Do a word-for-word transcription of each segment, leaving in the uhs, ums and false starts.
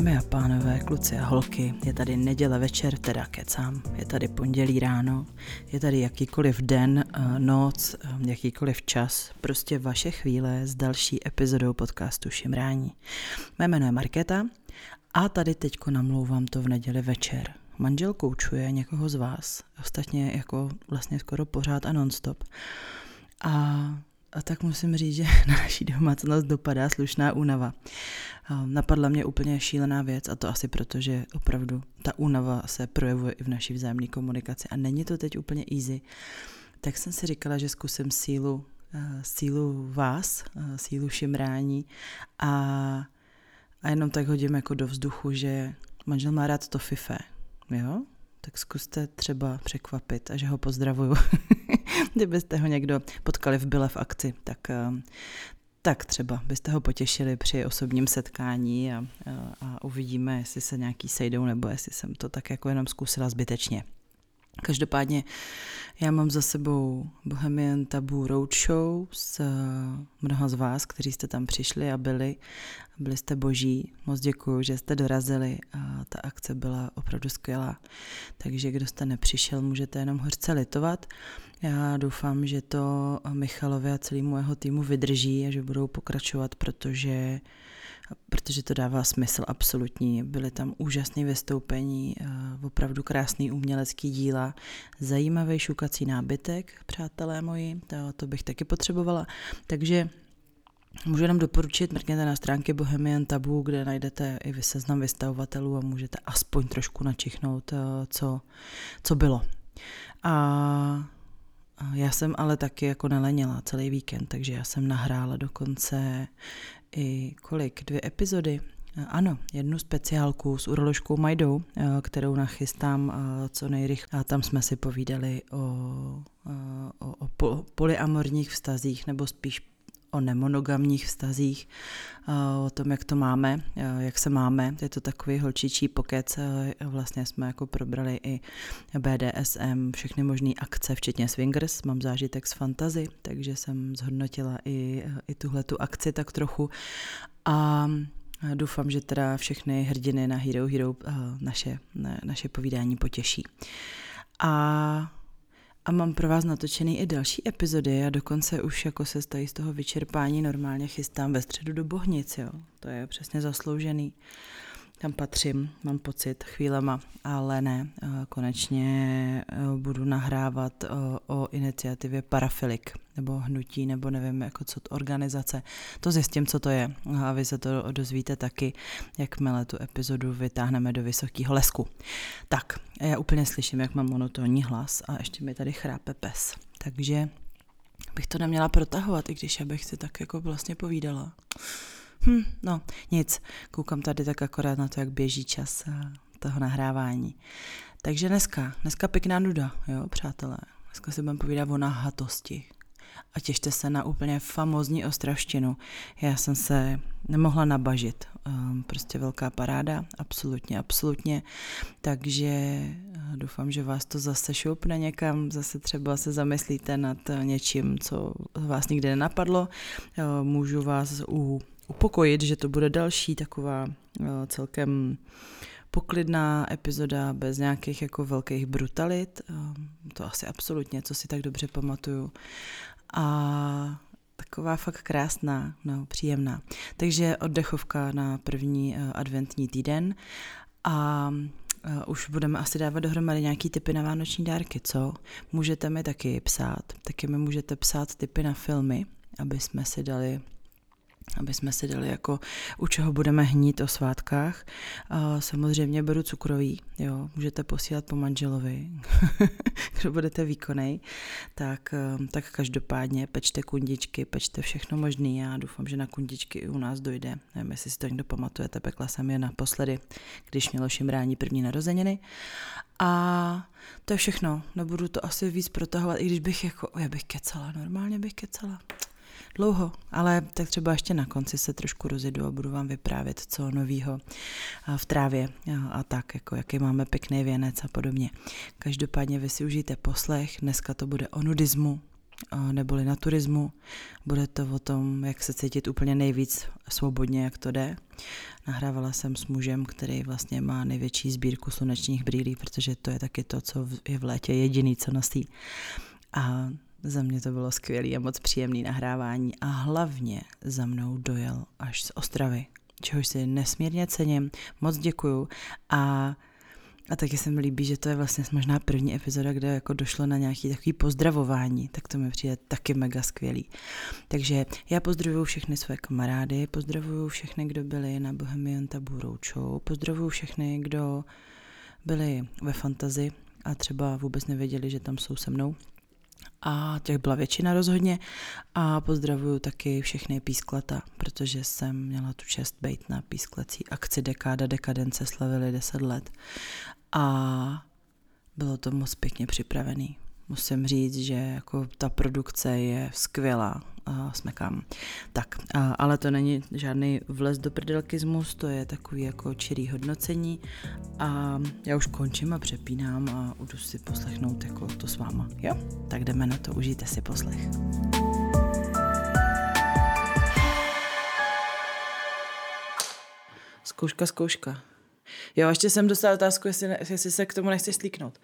Dámy a pánové, kluci a holky, je tady neděle večer, teda kecám, je tady pondělí ráno, je tady jakýkoliv den, noc, jakýkoliv čas, prostě vaše chvíle s další epizodou podcastu Šimrání. Mé jméno je Markéta a tady teďko namlouvám to v neděli večer. Manžel koučuje někoho z vás, ostatně jako vlastně skoro pořád a nonstop. A A tak musím říct, že na naší domácnost dopadá slušná únava. Napadla mě úplně šílená věc a to asi proto, že opravdu ta únava se projevuje i v naší vzájemné komunikaci a není to teď úplně easy. Tak jsem si říkala, že zkusím sílu, sílu vás, sílu šimrání a, a jenom tak hodím jako do vzduchu, že manžel má rád to fifé, jo? Tak zkuste třeba překvapit a že ho pozdravuju. Kdybyste ho někdo potkali v Byle v akci, tak, tak třeba byste ho potěšili při osobním setkání a, a, a uvidíme, jestli se nějaký sejdou, nebo jestli jsem to tak jako jenom zkusila zbytečně. Každopádně já mám za sebou Bohemian Tabu Roadshow s mnoha z vás, kteří jste tam přišli a byli. Byli jste boží, moc děkuju, že jste dorazili a ta akce byla opravdu skvělá. Takže kdo jste nepřišel, můžete jenom hořce litovat. Já doufám, že to Michalovi a celému jeho týmu vydrží a že budou pokračovat, protože protože to dává smysl absolutní. Byly tam úžasné vystoupení, opravdu krásný umělecký díla, zajímavý šukací nábytek, přátelé moji, to, to bych taky potřebovala. Takže můžu jenom doporučit, mrkněte na stránky Bohemian Tabu, kde najdete i seznam vystavovatelů a můžete aspoň trošku načichnout, co, co bylo. A já jsem ale taky jako nelenila celý víkend, takže já jsem nahrála dokonce i kolik, dvě epizody. Ano, jednu speciálku s uroložkou Majdou, kterou nachystám co nejrychleji. A tam jsme si povídali o, o, o polyamorních vztazích, nebo spíš o nemonogamních vztazích, o tom, jak to máme, jak se máme. Je to takový holčičí pokec. Vlastně jsme jako probrali i bé dé es em, všechny možné akce, včetně swingers. Mám zážitek z fantasy, takže jsem zhodnotila i, i tuhletu akci tak trochu. A doufám, že teda všechny hrdiny na Hero Hero naše, naše povídání potěší. A A mám pro vás natočený i další epizody a dokonce už jako se stají z toho vyčerpání normálně chystám ve středu do Bohnic, jo. To je přesně zasloužený. Tam patřím, mám pocit, chvílema, ale ne. Konečně budu nahrávat o, o iniciativě Parafilik, nebo hnutí, nebo nevím, jako co to, organizace. To zjistím, co to je. A vy se to dozvíte taky, jakmile tu epizodu vytáhneme do vysokého lesku. Tak, já úplně slyším, jak mám monotónní hlas a ještě mi tady chrápe pes. Takže bych to neměla protahovat, i když já bych si tak jako vlastně povídala. Hm, no, nic. Koukám tady tak akorát na to, jak běží čas toho nahrávání. Takže dneska, dneska pěkná nuda, jo, přátelé. Dneska si budeme povídat o nahatosti. A těšte se na úplně famózní ostravštinu. Já jsem se nemohla nabažit. Um, prostě velká paráda, absolutně, absolutně. Takže doufám, že vás to zase šoupne někam, zase třeba se zamyslíte nad něčím, co vás nikdy nenapadlo. Um, můžu vás u, upokojit, že to bude další taková um, celkem poklidná epizoda bez nějakých jako velkých brutalit. Um, to asi absolutně, co si tak dobře pamatuju. A taková fakt krásná, no, příjemná. Takže oddechovka na první uh, adventní týden a uh, už budeme asi dávat dohromady nějaký tipy na vánoční dárky, co? Můžete mi taky psát, taky mi můžete psát tipy na filmy, aby jsme si dali aby jsme si dali jako u čeho budeme hnít o svátkách. A samozřejmě beru cukroví, jo, můžete posílat po manželovi, kdo budete výkonnej, tak, tak každopádně pečte kundičky, pečte všechno možný. Já doufám, že na kundičky i u nás dojde. Nevím, jestli si to někdo pamatujete, pekla jsem je naposledy, když mělo šimrání první narozeniny. A to je všechno, nebudu to asi víc protahovat, i když bych jako, já bych kecala, normálně bych kecala. Dlouho, ale tak třeba ještě na konci se trošku rozjedu a budu vám vyprávět, co novýho v trávě a tak, jako jaký máme pěkný věnec a podobně. Každopádně vy si užijte poslech, dneska to bude o nudismu, neboli na turismu. Bude to o tom, jak se cítit úplně nejvíc svobodně, jak to jde. Nahrávala jsem s mužem, který vlastně má největší sbírku slunečních brýlí, protože to je taky to, co je v létě jediný, co nosí. A za mě to bylo skvělé a moc příjemné nahrávání a hlavně za mnou dojel až z Ostravy, čehož si nesmírně cením, moc děkuju a A taky se mi líbí, že to je vlastně možná první epizoda, kde jako došlo na nějaký takový pozdravování, tak to mi přijde taky mega skvělý. Takže já pozdravuju všechny své kamarády, pozdravuju všechny, kdo byli na Bohemian Tabu Roadshow, pozdravuju všechny, kdo byli ve Fantasy a třeba vůbec nevěděli, že tam jsou se mnou. A těch byla většina rozhodně a pozdravuju taky všechny písklata, protože jsem měla tu čest být na písklecí akci Dekáda dekadence, slavili deset let a bylo to moc pěkně připravený. Musím říct, že jako ta produkce je skvělá a smekám. Tak, a, ale to není žádný vlez do prdelkismus, to je takový jako čirý hodnocení a já už končím a přepínám a jdu si poslechnout jako to s váma. Jo? Tak jdeme na to, užijte si poslech. Zkouška, zkouška. Jo, ještě jsem dostala otázku, jestli, ne, jestli se k tomu nechceš slíknout.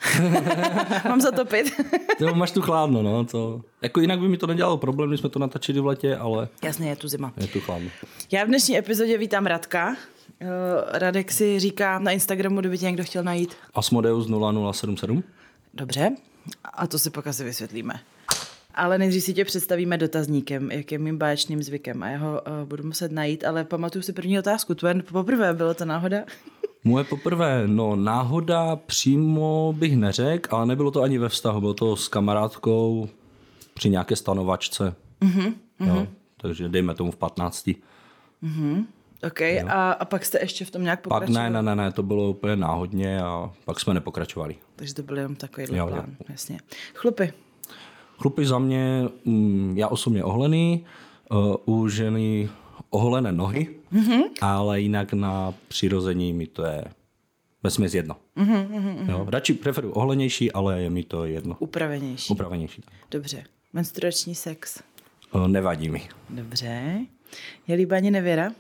Mám zatopit. Jo, máš tu chladno, no. To, jako jinak by mi to nedělalo problém, když jsme to natačili v letě, ale... Jasně, je tu zima. Je tu chladno. Já v dnešní epizodě vítám Radka. Radek si říká na Instagramu, kdyby tě někdo chtěl najít. Asmodeus nula nula sedm sedm. Dobře, a to si pak asi vysvětlíme. Ale nejdřív si tě představíme dotazníkem, jak je mým báječným zvykem a já ho uh, budu muset najít, ale pamatuju si první otázku. Tvoje poprvé, bylo to náhoda? Moje poprvé, no náhoda přímo bych neřekl, ale nebylo to ani ve vztahu, bylo to s kamarádkou při nějaké stanovačce. Mm-hmm, jo, takže dejme tomu v patnácti. Mm-hmm. OK, a, a pak jste ještě v tom nějak pokračovali? Pak ne, ne, ne, ne, to bylo úplně náhodně a pak jsme nepokračovali. Takže to byl jenom takovýhle jo, plán, jo. Jasně. Chlupy. Chlupy za mě, já osobně oholený, u ženy oholené nohy, mm-hmm. ale jinak na přirození mi to je vesměs jedno. Mm-hmm, mm-hmm. Jo, radši preferuji oholenější, ale je mi to jedno. Upravenější. Upravenější. Dobře. Menstruační sex. Nevadí mi. Dobře. Je líbá ani nevěra?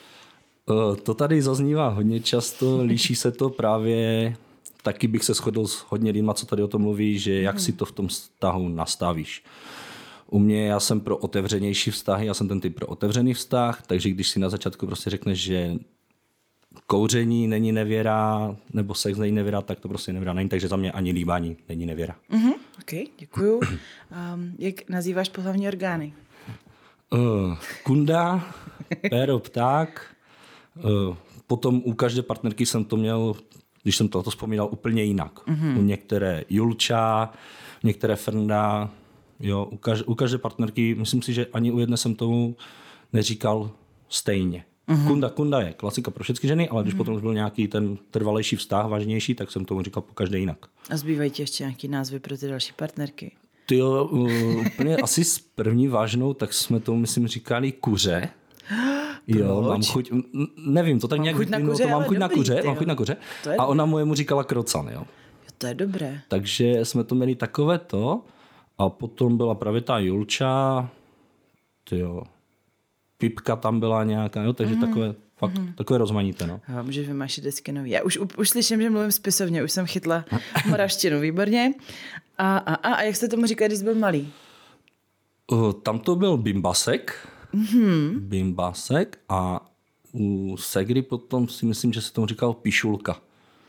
To tady zaznívá hodně často, líší se to právě... Taky bych se shodl s hodně lidma, co tady o tom mluví, že jak si to v tom vztahu nastavíš. U mě, já jsem pro otevřenější vztahy, já jsem ten typ pro otevřený vztah, takže když si na začátku prostě řekneš, že kouření není nevěra, nebo sex není nevěra, tak to prostě nevěra není, takže za mě ani líbání není nevěra. Mm-hmm. OK, děkuju. Um, jak nazýváš pohlavní orgány? Uh, kunda, péro, pták. Uh, potom u každé partnerky jsem to měl... Když jsem to vzpomínal úplně jinak. Mm-hmm. U některé Julča, některé Frnda, jo, u, kaž, u každé partnerky, myslím si, že ani u jedné jsem tomu neříkal stejně. Mm-hmm. Kunda, kunda je klasika pro všechny ženy, ale když mm-hmm. potom už byl nějaký ten trvalejší vztah, vážnější, tak jsem tomu říkal po každé jinak. A zbývají ti ještě nějaký názvy pro ty další partnerky? Ty jo, uh, úplně asi s první vážnou, tak jsme tomu, myslím, říkali kuře. Jo, mám chuť, nevím, to tak mám nějak chuť na vyplynulo, kuře, to mám chuť na kuře, dobrý, mám chuť na kuře. A ona mojemu říkala krocan, jo. Jo, to je dobré. Takže jsme to měli takové to a potom byla právě ta Julča, tyjo, Pipka tam byla nějaká, jo, takže mm. takové, fakt, mm. takové rozmanité, no. Jo, můžeš vymášet desky nový. Já už, už slyším, že mluvím spisovně, už jsem chytla moravštinu, výborně. A, a, a, a jak jste tomu říkali, když jsi byl malý? Uh, tam to byl bimbasek. Mm-hmm. Bimbasek a u Segry potom si myslím, že se tomu říkal pišulka.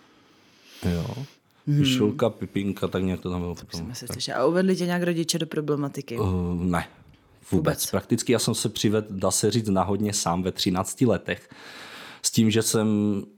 Jo. Mm. Pišulka, pipinka, tak nějak to tam bylo potom. A uvedli tě nějak rodiče do problematiky? Uh, ne, vůbec. vůbec. Prakticky já jsem se přivedl, dá se říct, náhodně sám ve třinácti letech. S tím, že jsem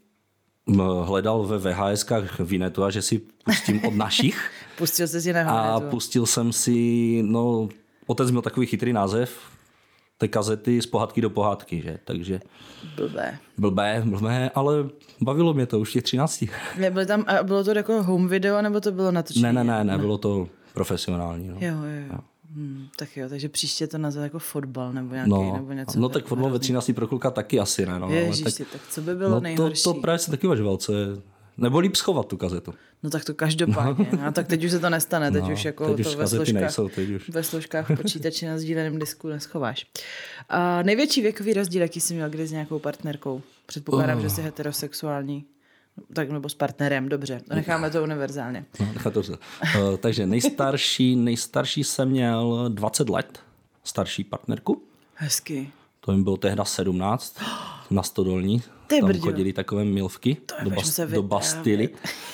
hledal ve V H S kách Vinetu a že si pustím od našich. Pustil jsi si na Vinetu. A pustil jsem si, no, otec měl takový chytrý název, ty kazety z pohádky do pohádky, že? Takže... Blbé. Blbé, blbé, ale bavilo mě to už těch třinácti. Bylo tam, a bylo to jako home video, nebo to bylo natočení? Ne, ne, ne, ne, bylo to profesionální. No. Jo, jo, jo. Hmm, tak jo, takže příště to nazvat jako fotbal nebo nějaký, no, nebo něco. No tak fotbal ve třinácti pro kluka taky asi, ne? No, Ježiši, tak, tak co by bylo no, nejhorší? To, to právě se taky uvažoval, co je Nebo líp schovat tu kazetu. No tak to každopádně. No. A tak teď už se to nestane. Teď no, už jako teď to už ve složkách, nejsou, teď už. ve složkách počítače na sdíleném disku neschováš. A největší věkový rozdíl, jaký jsi měl kdy s nějakou partnerkou? Předpokládám, oh. že jsi heterosexuální. Tak nebo s partnerem, dobře. Necháme to univerzálně. No, necháme to. Uh, takže nejstarší, nejstarší jsem měl dvacet let. Starší partnerku. Hezky. To jim bylo tehda sedmnáct. Na Stodolní. Ty Tam brďo. chodili takové milvky do, bas, do Bastily.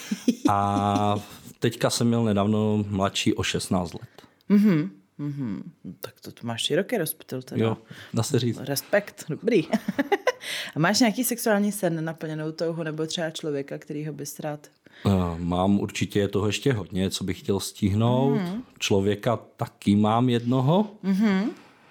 A teďka jsem měl nedávno mladší o šestnáct let. Mhm. Mm-hmm. Tak to, to máš široký rozptyl teda. Jo, dá se říct. Respekt, dobrý. A máš nějaký sexuální sen naplněnou touhu nebo třeba člověka, kterýho bys rád? Uh, mám určitě toho ještě hodně, co bych chtěl stihnout. Mm. Člověka taky mám jednoho. Mm-hmm.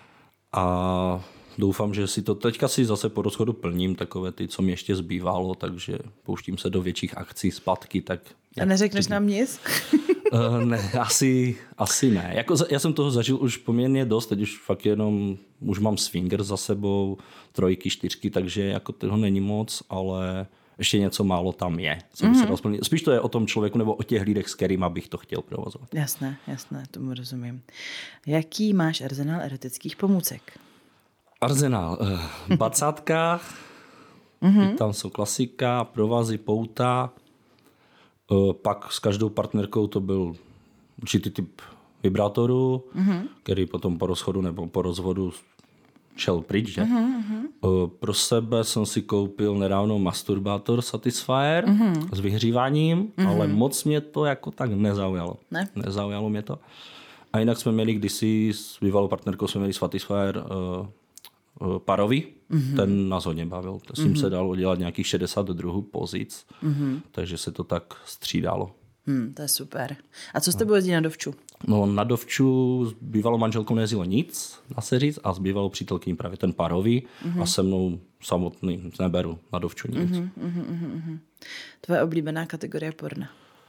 A doufám, že si to teďka si zase po rozchodu plním takové ty, co mi ještě zbývalo, takže pouštím se do větších akcí zpátky. Tak a neřekneš nám nic? Uh, ne, asi, asi ne. Jako, já jsem toho zažil už poměrně dost, teď už fakt jenom, už mám swinger za sebou, trojky, čtyřky, takže jako toho není moc, ale ještě něco málo tam je. Co mm-hmm. se dal splnit. Spíš to je o tom člověku nebo o těch lidech, s kterýma bych to chtěl provozovat. Jasné, jasné, tomu rozumím. Jaký máš arzenál erotických pomůcek? Arzenál. Uh, bacátka, mm-hmm. tam jsou klasika, provazy, pouta. Uh, pak s každou partnerkou to byl určitý typ vibrátoru, mm-hmm. který potom po rozchodu nebo po rozvodu šel pryč. Že? Mm-hmm. Uh, pro sebe jsem si koupil nedávno masturbátor Satisfyer mm-hmm. s vyhříváním, mm-hmm. ale moc mě to jako tak nezaujalo. Ne? Nezaujalo mě to. A jinak jsme měli kdysi s bývalou partnerkou jsme měli Satisfyer uh, uh, parový. Mm-hmm. Ten nás hodně bavil. To mm-hmm. se dalo dělat nějakých šedesát druhů pozic, mm-hmm. takže se to tak střídalo. Hmm, to je super. A co jste jezdí na dovču? No na dovču s bývalou manželkou nejezdilo nic, dá se říct, a s bývalou přítelkyní právě ten parový mm-hmm. a se mnou samotný neberu na dovču nic. Mm-hmm, mm-hmm. Tvoje oblíbená kategorie porna?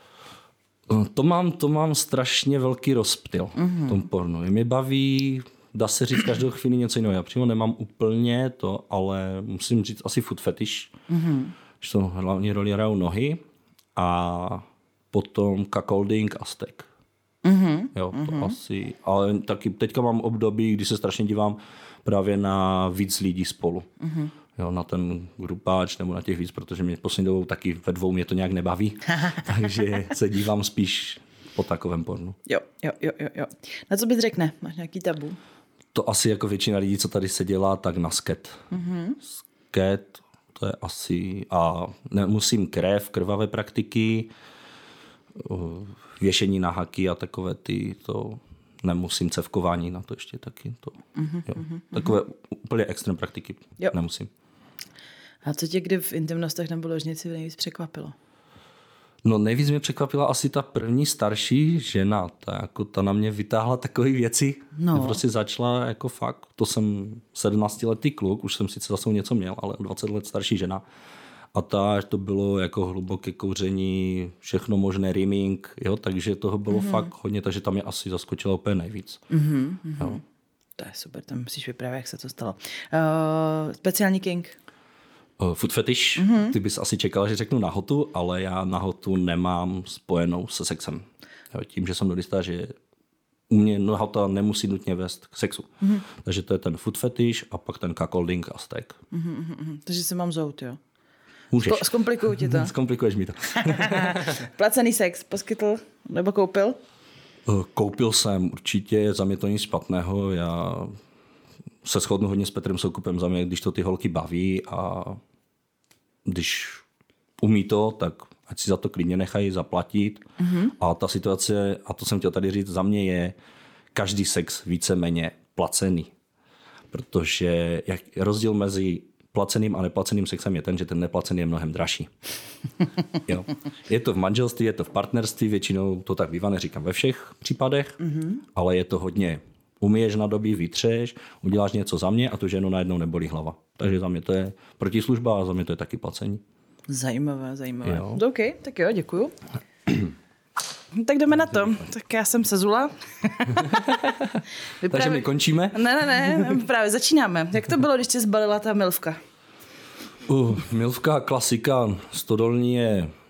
To mám, to mám strašně velký rozptyl mm-hmm. v tom pornu. Mě baví, dá se říct každou chvíli něco jiného. Já přímo nemám úplně to, ale musím říct asi foot fetish, mm-hmm. že to hlavní roli hrajou nohy a potom cuckolding a steak. Mm-hmm. Jo, to mm-hmm. asi. Ale taky teďka mám období, kdy se strašně dívám právě na víc lidí spolu. Mm-hmm. Jo, na ten grupáč nebo na těch víc, protože mě poslední dobou taky ve dvou mě to nějak nebaví. Takže se dívám spíš po takovém pornu. Jo, jo, jo, jo, jo. Na co bys řekne? Máš nějaký tabu? To asi jako většina lidí, co tady se dělá, tak na sket. Mm-hmm. Sket, to je asi... A nemusím krev, krvavé praktiky, věšení na haky a takové ty, to nemusím, cevkování na to ještě taky. To, mm-hmm, jo. Mm-hmm. Takové úplně extrém praktiky jo. nemusím. A co tě kdy v intimnostech nebo ložnici nejvíc překvapilo? No nejvíc mě překvapila asi ta první starší žena. Ta, jako, ta na mě vytáhla takové věci. No. Prostě začala jako fakt, to jsem sedmnáctiletý kluk, už jsem sice zase něco měl, ale dvacet let starší žena. A ta, to bylo jako hluboké kouření, všechno možné rimming, jo, takže toho bylo mm-hmm. fakt hodně, takže tam mě asi zaskočilo úplně nejvíc. Mm-hmm. Jo. To je super, tam musíš vyprávět, jak se to stalo. Uh, speciální king? Uh, foot fetish, mm-hmm. ty bys asi čekala, že řeknu nahotu, ale já nahotu nemám spojenou se sexem. Jo, tím, že jsem dodistá, že u mě nahota nemusí nutně vést k sexu. Mm-hmm. Takže to je ten foot fetish a pak ten cuckolding a steak. Mm-hmm. Takže se mám zout, jo? Můžeš. Zkomplikuju ti to. Zkomplikuješ mi to. Placený sex poskytl nebo koupil? Koupil jsem určitě, za mě to nic špatného. Já se shodnu hodně s Petrem Soukupem za mě, když to ty holky baví a když umí to, tak ať si za to klidně nechají zaplatit. Mm-hmm. A ta situace, a to jsem chtěl tady říct, za mě je každý sex víceméně placený. Protože jak rozdíl mezi placeným a neplaceným sexem je ten, že ten neplacený je mnohem dražší. Jo. Je to v manželství, je to v partnerství, většinou to tak bývá, neříkám ve všech případech, mm-hmm. ale je to hodně umyješ na doby, vytřeš, uděláš něco za mě a tu ženu najednou nebolí hlava. Takže za mě to je protislužba a za mě to je taky placení. Zajímavé, zajímavé. Jo. OK, tak jo, děkuju. Tak jdeme na to. Tak já jsem Sezula. Vyprávě... Takže my končíme? Ne, ne, ne, právě začínáme. Jak to bylo, když tě zbalila ta milvka? Uh, milvka, klasika, Stodolní je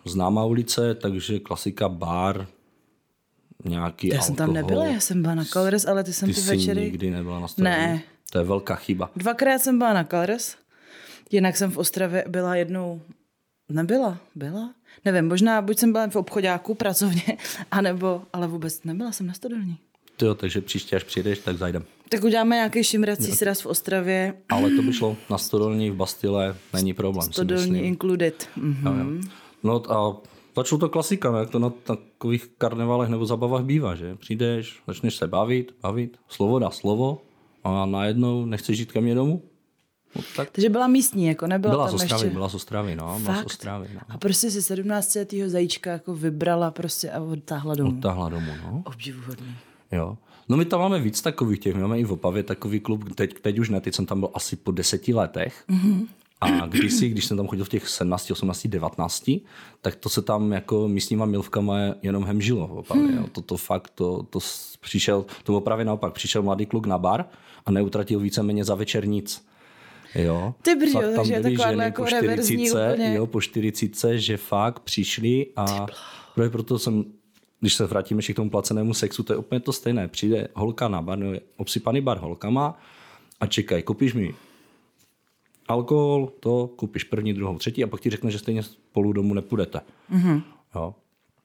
známá ulice, takže klasika, bar, nějaký Já alkohol. jsem tam nebyla, já jsem byla na Colors, ale ty jsem ty, ty večery... Ty jsi nikdy nebyla na Strodní? Ne. To je velká chyba. Dvakrát jsem byla na Colors, jinak jsem v Ostravě byla jednou... Nebyla, byla? Nevím, možná buď jsem byla v obchodáku pracovně, anebo, ale vůbec nebyla jsem na Stodolní. Jo, takže příště, až přijdeš, tak zajdem. Tak uděláme nějaký šimrací sraz v Ostravě. Ale to by šlo na Stodolní v Bastile, není problém. Stodolní included. Mhm. Jo, jo. No a začalo to klasika, no, jak to na takových karnevalech nebo zabavách bývá, že? Přijdeš, začneš se bavit, bavit, slovo dá slovo a najednou nechceš jít ke mně domů. No, tak. Takže byla místní, jako nebyla byla tam z Ostravy, ještě... byla z Ostravy, no. Byla z Ostravy, no. A prostě si sedmnáctiletého zajíčka jako vybrala prostě a odtáhla domů. Odtáhla domů, no. Obdivuhodný. Jo. No my tam máme víc takových těch, my máme i v Opavě takový klub, teď, teď už ne, teď jsem tam byl asi po deseti letech. Mm-hmm. A kdysi, když jsem tam chodil v těch sedmnácti, osmnácti, devatenácti, tak to se tam jako místníma milvkama jenom hemžilo v Opavě. Hmm. Jo. To, to fakt, to, to přišel, to opravě naopak, přišel mladý kluk na bar a neutratil víceméně za večer nic. Jo. Ty brďo, takže je taková jako reverzní úplně. Jo, po čtyřicítce, že fakt přišli a právě proto jsem, když se vrátíme ještě k tomu placenému sexu, to je úplně to stejné. Přijde holka na bar, no, je obsypaný bar holkama a čekaj, koupíš mi alkohol, to koupíš první, druhou, třetí a pak ti řekne, že stejně spolu domů nepůjdete. Mm-hmm. Jo.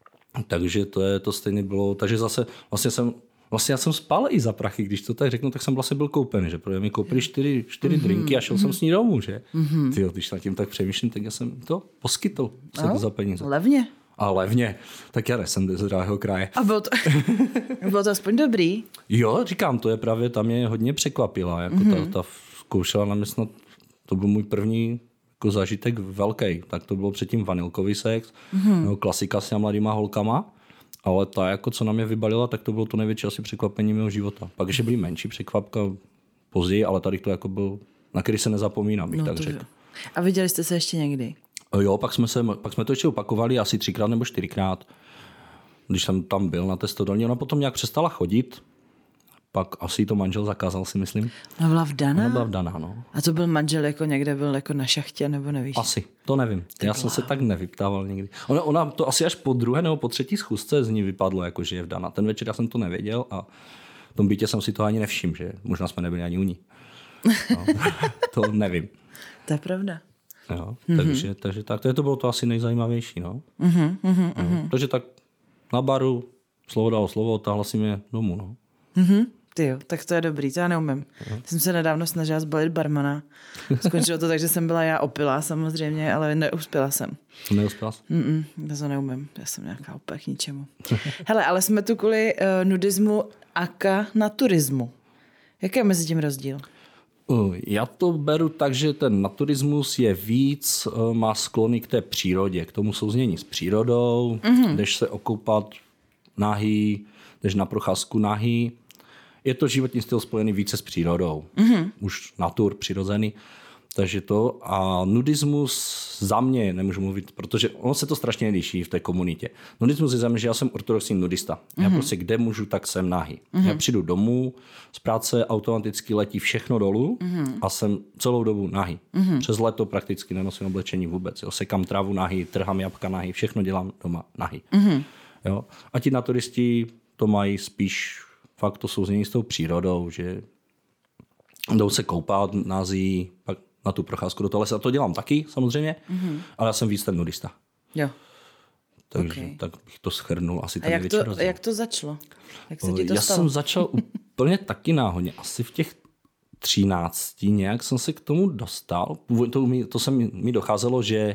Takže to je to stejně bylo, takže zase vlastně jsem Vlastně já jsem spal i za prachy, když to tak řeknu, tak jsem vlastně byl koupen, že protože mi koupili čtyři, čtyři mm-hmm. drinky a šel mm-hmm. jsem s ní domů, že? Mm-hmm. Tyjo, když na tím tak přemýšlím, tak já jsem to poskytl se no, za peníze. Levně. A levně. Tak já nejsem z drahého kraje. A bylo to, bylo to aspoň dobrý? Jo, říkám, to je právě, tam mě hodně překvapila, jako mm-hmm. ta, ta zkoušela na mě snad, to byl můj první jako zážitek velký, tak to bylo předtím vanilkový sex, mm-hmm. no, klasika s těma mladýma holkama. Ale ta, jako co na mě vybalila, tak to bylo to největší asi překvapení mého života. Pak ještě byly menší překvapka později, ale tady to jako byl, na který se nezapomínám, bych no tak řekl. A viděli jste se ještě někdy? Jo, pak jsme, se, pak jsme to ještě opakovali asi třikrát nebo čtyřikrát, když jsem tam byl na té Stodolní. Ona potom nějak přestala chodit, pak asi to manžel zakázal, si myslím. Ona byla vdaná? Ona byla vdaná, no. A to byl manžel jako někde byl jako na šachtě, nebo nevíš? Asi, to nevím. Tak Já wow. jsem se tak nevyptával nikdy. Ona, ona to asi až po druhé nebo po třetí schůzce z ní vypadlo, jako že je vdaná. Ten večer já jsem to nevěděl a v tom bytě jsem si to ani nevšiml, že možná jsme nebyli ani u ní. No, to nevím. To je pravda. Jo, mm-hmm. takže, takže tak, to, to bylo to asi nejzajímavější, no. Mm-hmm, mm-hmm. No, takže tak na baru slovo dalo slovo, otáhla si mě domů, no. Mm-hmm. Ty jo, tak to je dobrý, to já neumím. Uh-huh. Jsem se nedávno snažila zbalit barmana. Skončilo to tak, že jsem byla já opilá samozřejmě, ale neuspěla jsem. Neuspěla jsi? Mm-mm, já to neumím, já jsem nějaká opět k ničemu. Hele, ale jsme tu kvůli uh, nudismu aka naturismu. Jaký je mezi tím rozdíl? Uh, já to beru tak, že ten naturismus je víc, uh, má sklony k té přírodě, k tomu souznění s přírodou, mm-hmm. jdeš se okoupat nahý, jdeš na procházku nahý. Je to životní styl spojený více s přírodou. Mm-hmm. Už natur, přirozený. Takže to. A nudismus za mě nemůžu mluvit, protože ono se to strašně liší v té komunitě. Nudismus je za mě, že já jsem ortodoxní nudista. Mm-hmm. Já prostě kde můžu, tak jsem nahý. Mm-hmm. Já přijdu domů, z práce automaticky letí všechno dolů mm-hmm. a jsem celou dobu nahý. Mm-hmm. Přes léto prakticky nenosím oblečení vůbec. Jo. Sekám trávu nahý, trhám jabka nahý, všechno dělám doma nahý. Mm-hmm. Jo. A ti naturisti to mají spíš fakt to souznění s tou přírodou, že jdou se koupat nazí, pak na tu procházku do toho lesa. A to dělám taky samozřejmě, mm-hmm. ale já jsem víc ten nudista. Jo. Takže okay. tak bych to shrnul asi ten největší rozdíl. A jak to začalo? Jak se ti to já stalo? jsem začal úplně taky náhodně. Asi v těch třinácti nějak jsem se k tomu dostal. To, mi, to se mi, mi docházelo, že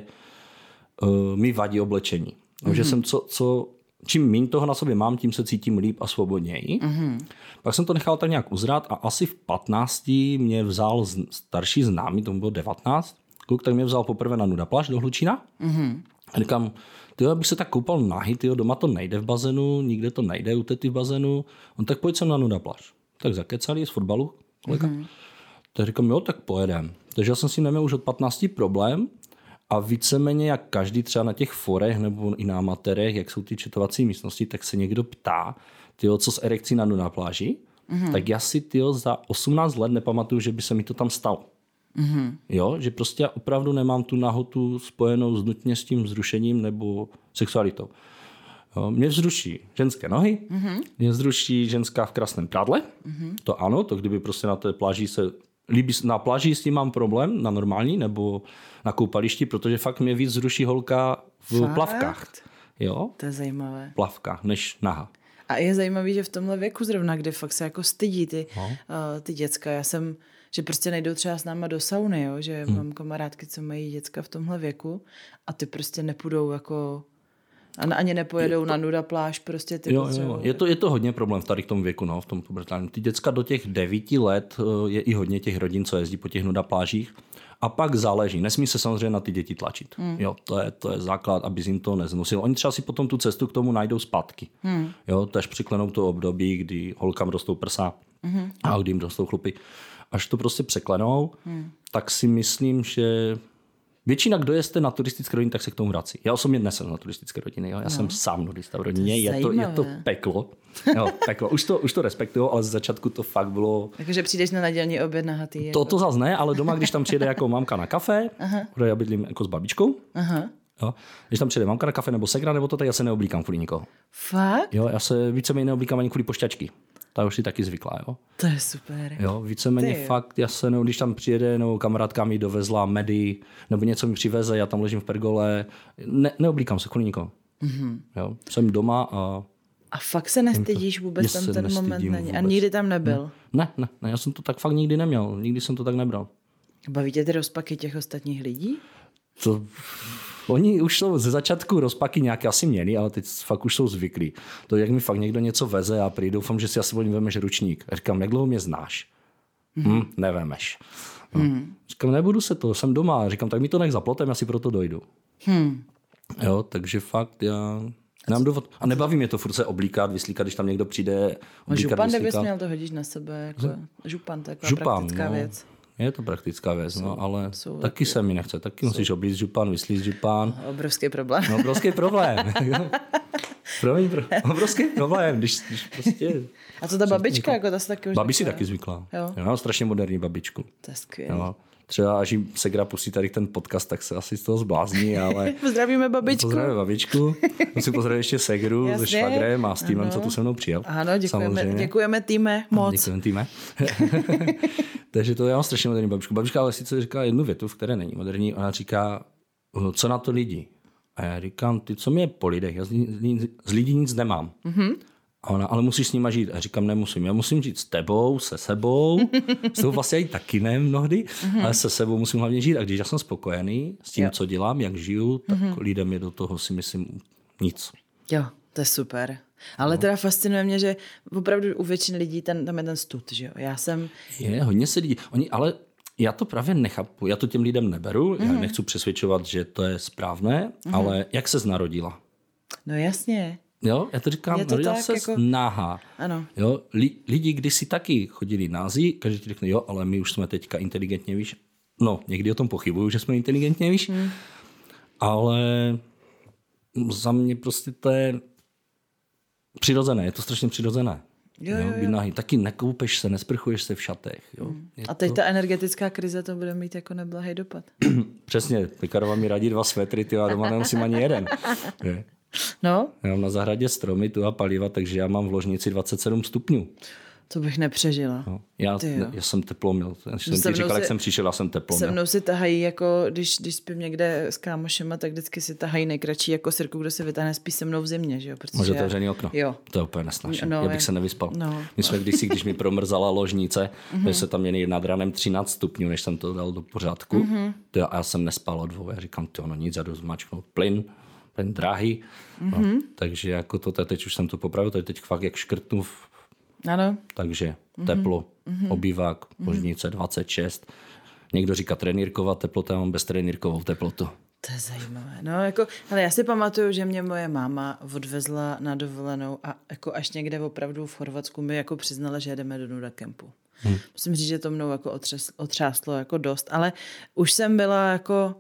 uh, mi vadí oblečení. Mm-hmm. Že jsem co... co čím míň toho na sobě mám, tím se cítím líp a svobodněji. Mm-hmm. Pak jsem to nechal tak nějak uzrát a asi v patnácti mě vzal starší známý, tomu bylo devatenáct, kluk, tak mě vzal poprvé na Nudapláž do Hlučína. Mm-hmm. A říkám, tyjo, abych se tak koupal nahý, tyjo, doma to nejde v bazénu, nikde to nejde u tety v bazénu. On tak pojď sem na Nudapláž. Tak zakecali z fotbalu kolega. Mm-hmm. Tak říkám, jo, tak pojedem. Takže já jsem si neměl už od patnácti problém. A víceméně jak každý třeba na těch forech nebo i na amatérech, jak jsou ty četovací místnosti, tak se někdo ptá, tyjo, co s erekcí na, na pláži, mm-hmm. tak já si tyjo, za osmnáct let nepamatuju, že by se mi to tam stalo. Mm-hmm. Jo, že prostě já opravdu nemám tu nahotu spojenou s nutně s tím vzrušením nebo sexualitou. Jo, mě vzruší ženské nohy, mm-hmm. mě vzruší ženská v krásném prádle, mm-hmm. to ano, to kdyby prostě na té pláži se líbí, na pláži s tím mám problém, na normální, nebo na koupališti, protože fakt mě víc vzruší holka v fakt? Plavkách. Jo? To je zajímavé. Plavkách, než naha. A je zajímavý, že v tomhle věku zrovna, kde fakt se jako stydí ty, no. uh, ty děcka, já jsem, že prostě nejdou třeba s náma do sauny, jo? Že hmm. mám kamarádky, co mají děcka v tomhle věku a ty prostě nepůjdou jako, ani nepojedou to, na nuda pláž, prostě ty jo, jo. Je, to, je to hodně problém tady k tomu věku, no, v tom pubertálním. Ty děcka do těch devíti let je i hodně těch rodin, co jezdí po těch nuda plážích. A pak záleží. Nesmí se samozřejmě na ty děti tlačit. Hmm. Jo, to je, to je základ, aby jim to neznosil. Oni třeba si potom tu cestu k tomu najdou zpátky. Hmm. Jo, tež přiklenou to období, kdy holkám rostou prsa hmm. a kdy jim rostou chlupy. Až to prostě překlenou, hmm. tak si myslím, že většina, kdo jste na turistické rodině, tak se k tomu vrací. Já osobně dnes jsem na turistické rodině. Jo? Já no. jsem sám nudista v rodině. Je to, je to peklo. Jo, peklo. Už to, už to respektuju, ale z začátku to fakt bylo... Takže přijdeš na nedělní oběd nahatý. To, jako... to zase ne, ale doma, když tam přijede jako mamka na kafe, kde já bydlím jako s babičkou, aha. Jo, když tam přijede mamka na kafe nebo segra, nebo to, tak já se neoblíkám kvůli nikoho. Fakt? Jo, já se víceméně neoblíkám ani kvůli pošťačky. Ta už si taky zvyklá, jo. To je super. Jo, víceméně Ty. fakt, já se, no, když tam přijede, nebo kamarádka mi dovezla medy, nebo něco mi přiveze, já tam ležím v pergole, ne, neoblíkám se kvůli nikoho. Mm-hmm. Jo, jsem doma a... A fakt se nestydíš vůbec tam ten moment není? A nikdy tam nebyl? Ne, ne, ne, já jsem to tak fakt nikdy neměl, nikdy jsem to tak nebral. Baví tě ty rozpaky těch ostatních lidí? To... Oni už jsou ze začátku rozpaky nějaké asi měli, ale teď fakt už jsou zvyklí. To, jak mi fakt někdo něco veze a prý, doufám, že si asi volím vemeš ručník. A říkám, jak dlouho mě znáš? Mm. Hm, nevemeš. No. Mm. Říkám, nebudu se to, jsem doma. Říkám, tak mi to nech za plotem, já si proto dojdu. Hmm. Jo, takže fakt já... Nám dovod... A nebaví mě to furt se oblíkat, vyslíkat, když tam někdo přijde. Oblíkat, župan, kdybys měl, to hodíš na sebe. Jako... Župan, to je taková župan, praktická no. věc. Je to praktická věc, jsou, no, ale jsou taky taky se mi nechce. Taky jsou. Musíš oblíct župan, vyslíct župan. No, obrovský problém. No, obrovský problém. Promiň, pro... obrovský problém, když, když prostě... A co ta babička, jako ta se taky už... Babi si taky zvykla. Jo. Já mám strašně moderní babičku. To je skvělé. Třeba až jim segra pustí tady ten podcast, tak se asi z toho zblázní, ale... Pozdravíme babičku. Pozdravíme babičku. Musím pozdravit ještě segru se švagrem a s týmem, ano. co tu se mnou přijel. Ano, děkujeme, děkujeme týme moc. Děkujeme týme. Takže to já mám strašně moderní babičku. Babička ale sice říká jednu větu, v které není moderní. Ona říká, co na to lidi? A já říkám, ty co mi je po lidech? Já z, z lidí nic nemám. Mm-hmm. A ona, ale musíš s nima žít. A říkám, nemusím. Já musím žít s tebou, se sebou. S tou vlastně i taky ne mnohdy, mm-hmm. ale se sebou musím hlavně žít. A když já jsem spokojený s tím, jo. co dělám, jak žiju, tak mm-hmm. lidem je do toho si myslím nic. Jo, to je super. Ale no. teda fascinuje mě, že opravdu u většiny lidí ten, tam je ten stud, že jo. Já jsem... Je, hodně se lidí. Oni, ale já to právě nechápu. Já to těm lidem neberu. Mm-hmm. Já nechci přesvědčovat, že to je správné, mm-hmm. ale jak ses narodila? No jasně. Jo, já to říkám, to narodila se jako... náha. Ano. Jo, li, lidi kdysi taky chodili nází, každý ti řekne, jo, ale my už jsme teďka inteligentně, víš. No, někdy o tom pochybuju, že jsme inteligentně, víš. Hmm. Ale za mě prostě to je přirozené, je to strašně přirozené. Jo, jo, jo. Být nahý. Taky nekoupeš se, nesprchuješ se v šatech. Jo. Hmm. A teď to... ta energetická krize to bude mít jako neblahý dopad. Přesně, Pekarova mi radí dva svetry, ty a doma nemusím ani jeden. Je. No? Já mám na zahradě stromy tu a paliva, takže já mám v ložnici dvacet sedm stupňů. To bych nepřežila. No. Já, já jsem teplo měl. Když jsem ti říkal, si, jak jsem přišel, já jsem teplo Se měl. mnou si tahají, jako, když, když spím někde s kámošema, tak vždycky si tahají nejkratší jako sirku, kdo se vytáhne, spí se mnou v zimě. Že jo? Máš otevřený okno? Jo. To je úplně nesnáším. No, já bych jak... se nevyspal. No. My jsme kdysi, když mi promrzala ložnice, mm-hmm. se tam měli nad ranem třináct stupňů, než jsem to dal do pořádku. Mm-hmm. To a já jsem nespal od dvou. Já říkám, to no nic, já jdu zmačknout plyn. Ten drahý. Mm-hmm. No, takže jako to teď už jsem to popravil, to je teď fakt jak škrtnu. V... Ano. Takže mm-hmm. teplo, mm-hmm. obývák, ložnice dvacet šest. Někdo říká trenýrková teplota, já mám beztrenýrkovou teplotu. To je zajímavé. No, jako, ale já si pamatuju, že mě moje máma odvezla na dovolenou a jako až někde opravdu v Chorvatsku mi jako přiznala, že jedeme do nuda kempu. Hmm. Musím říct, že to mnou jako otřes, otřáslo jako dost, ale už jsem byla jako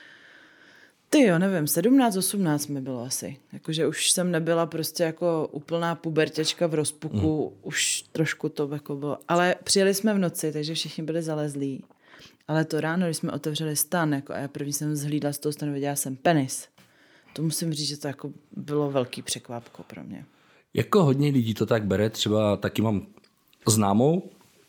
ty jo, nevím, sedmnáct, osmnáct mi bylo asi. Jakože už jsem nebyla prostě jako úplná pubertěčka v rozpuku, mm. už trošku to jako bylo. Ale přijeli jsme v noci, takže všichni byli zalezlí. Ale to ráno, když jsme otevřeli stan, jako a já první jsem zhlídla z toho stanu, viděla jsem penis. To musím říct, že to jako bylo velký překvapko pro mě. Jako hodně lidí to tak bere, třeba taky mám známou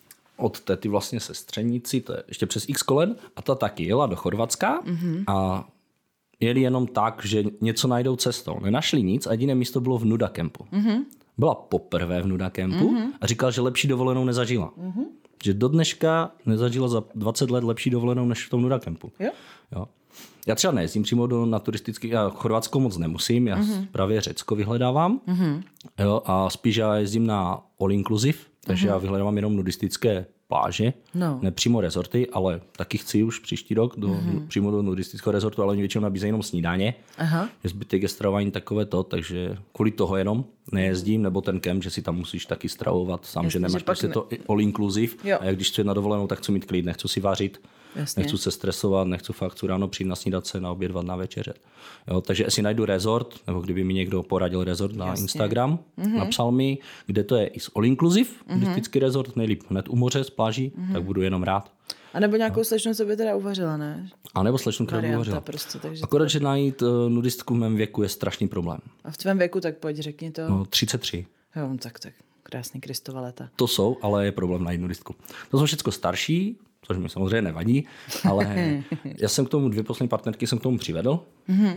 od tety vlastně sestřenici, to je ještě přes X kolen, a ta taky jela do Chorvatska mm-hmm. a jeli jenom tak, že něco najdou cestou. Nenašli nic a jediné místo bylo v Nuda Campu. Mm-hmm. Byla poprvé v Nuda Campu mm-hmm. a říkal, že lepší dovolenou nezažila. Mm-hmm. Že do dneška nezažila za dvacet let lepší dovolenou než v tom Nuda Campu. Jo? Jo. Já třeba nejezdím přímo do, na turistický, já Chorvatsko moc nemusím, já mm-hmm. právě Řecko vyhledávám. Mm-hmm. Jo, a spíš já jezdím na all inclusive, takže mm-hmm. já vyhledávám jenom nudistické pláže, no. ne přímo rezorty, ale taky chci už příští rok do, mm-hmm. přímo do nudistického rezortu, ale oni většinou nabízejí jenom snídaně. Aha. Je zbytek je stravování takové to, takže kvůli toho jenom nejezdím, nebo ten kemp, že si tam musíš taky stravovat sám, Jasně, že nemáš že prostě ne... to all inclusive. Jo. A jak když chci na dovolenou, tak chci mít klid, nechci si vařit. Jasně. Nechci se stresovat, nechci fakt chci ráno přijít nasnídat se, na obědvat, na večeřet. Jo, takže jestli najdu rezort, nebo kdyby mi někdo poradil rezort na Jasně. Instagram, mm-hmm. napsal mi, kde to je i all inclusive, turistický mm-hmm. rezort, nejlíp hned u moře, z pláží, mm-hmm. tak budu jenom rád. A nebo nějakou no. slečnu, co by teda uvařila, ne? A nebo slečnu, která by uvařila. Prostě, takže Akorát, to... že najít uh, nudistku v mém věku je strašný problém. A v tvém věku, tak pojď, řekni to. No, třicet tři. Jo, tak, tak. Krásný Kristova léta. To jsou, ale je problém najít nudistku. To jsou všechno starší, což mi samozřejmě nevadí, ale já jsem k tomu dvě poslední partnerky jsem k tomu přivedl mm-hmm.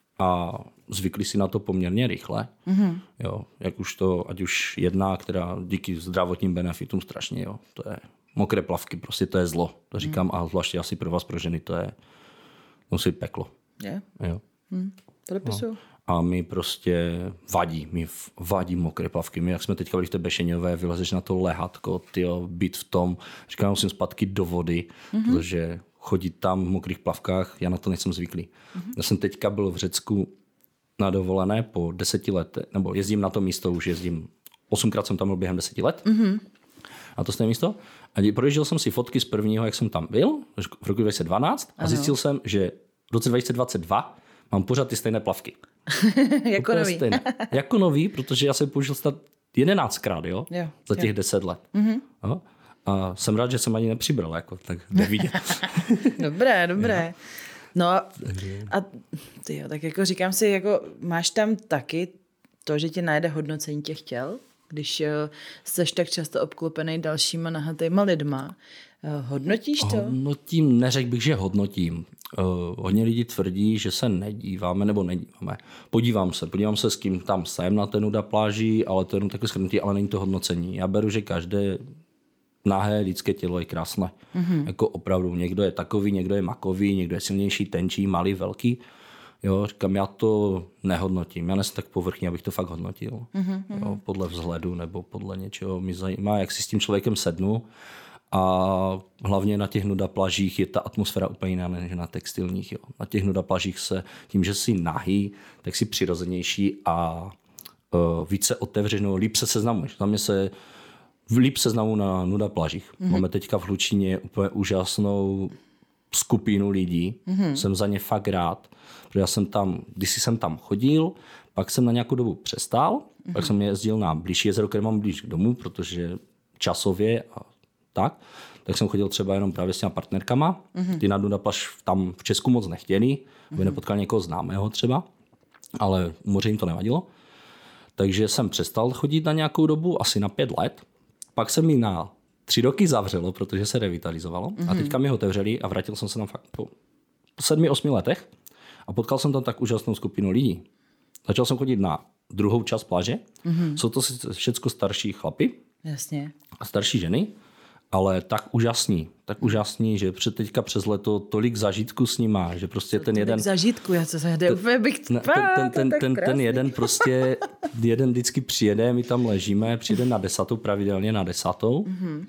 a zvykli si na to poměrně rychle. Mm-hmm. Jo, jak už to, ať už jedna, která díky zdravotním benefitům strašně, jo, to je mokré plavky, prostě to je zlo. To říkám mm. a zvláště asi pro vás, pro ženy, to je musí peklo. Je? Jo. Mm. Podepisuju. No. A mi prostě vadí, mi vadí mokré plavky. My, jak jsme teďka byli v té Bešeňové, vylezeš na to lehatko, tyjo, být v tom, říkám, musím zpátky do vody, mm-hmm. protože chodit tam v mokrých plavkách, já na to nejsem zvyklý. Mm-hmm. Já jsem teďka byl v Řecku na dovolené po deseti letech, nebo jezdím na to místo, už jezdím, osmkrát jsem tam byl během deseti let, mm-hmm. a to stejné místo. A projížděl jsem si fotky z prvního, jak jsem tam byl, v roku dva tisíce dvanáct, a zjistil jsem, že v roce dva tisíce dvacet dva mám pořád ty stejné plavky. jako nový. Stejné. Jako nový, protože já jsem použil snad jedenáctkrát, jo? jo za těch jo. deset let. Mm-hmm. Jo? A jsem rád, že jsem ani nepřibral, jako, tak nevidět. dobré, dobré. Jo. No a, a tyjo, tak jako říkám si, jako máš tam taky to, že ti najde hodnocení těch těl, když seš tak často obklopený dalšíma nahatýma lidma. Hodnotíš to? Hodnotím, neřekl bych, že hodnotím. Uh, hodně lidí tvrdí, že se nedíváme, nebo nedíváme. Podívám se, podívám se, s kým tam jsem na té Nuda pláži, ale to je jenom takové shrnutí, ale není to hodnocení. Já beru, že každé nahé lidské tělo je krásné. Mm-hmm. Jako opravdu, někdo je takový, někdo je makový, někdo je silnější, tenčí, malý, velký. Jo, říkám, já to nehodnotím. Já nejsem tak povrchní, abych to fakt hodnotil. Mm-hmm. Jo, podle vzhledu nebo podle něčeho mě zajímá, jak si s tím člověkem sednu. A hlavně na těch Nuda plažích je ta atmosféra úplně jiná než na textilních. Jo. Na těch Nuda plažích se tím, že jsi nahý, tak jsi přirozenější a uh, více otevřenou, líp se seznamuješ. Za mě se líp seznamu na Nuda plažích. Mm-hmm. Máme teďka v Hlučíně úplně úžasnou skupinu lidí. Mm-hmm. Jsem za ně fakt rád, protože já jsem tam, když jsem tam chodil, pak jsem na nějakou dobu přestal, mm-hmm. pak jsem jezdil na blížší jezero, které mám blíž k domu, protože časově a tak, tak jsem chodil třeba jenom právě s těma partnerkama. Mm-hmm. Ty na Nuda pláž tam v Česku moc nechtěli, aby mm-hmm. nepotkal někoho známého třeba, ale u moře jim to nevadilo. Takže jsem přestal chodit na nějakou dobu, asi na pět let. Pak se mi na tři roky zavřelo, protože se revitalizovalo. Mm-hmm. A teďka mi ho otevřeli a vrátil jsem se tam fakt po sedmi, osmi letech a potkal jsem tam tak úžasnou skupinu lidí. Začal jsem chodit na druhou část pláže. Mm-hmm. Jsou to všechno starší chlapi. Jasně. A starší ženy. Ale tak úžasný, tak úžasný, že před teďka přes leto tolik zažitků s ním má, že prostě ten jeden... Zažitku, já co se jde úplně bych... Ten, ten, ten, ten, ten jeden prostě, jeden vždycky přijede, my tam ležíme, přijede na desátou, pravidelně na desátou, mm-hmm.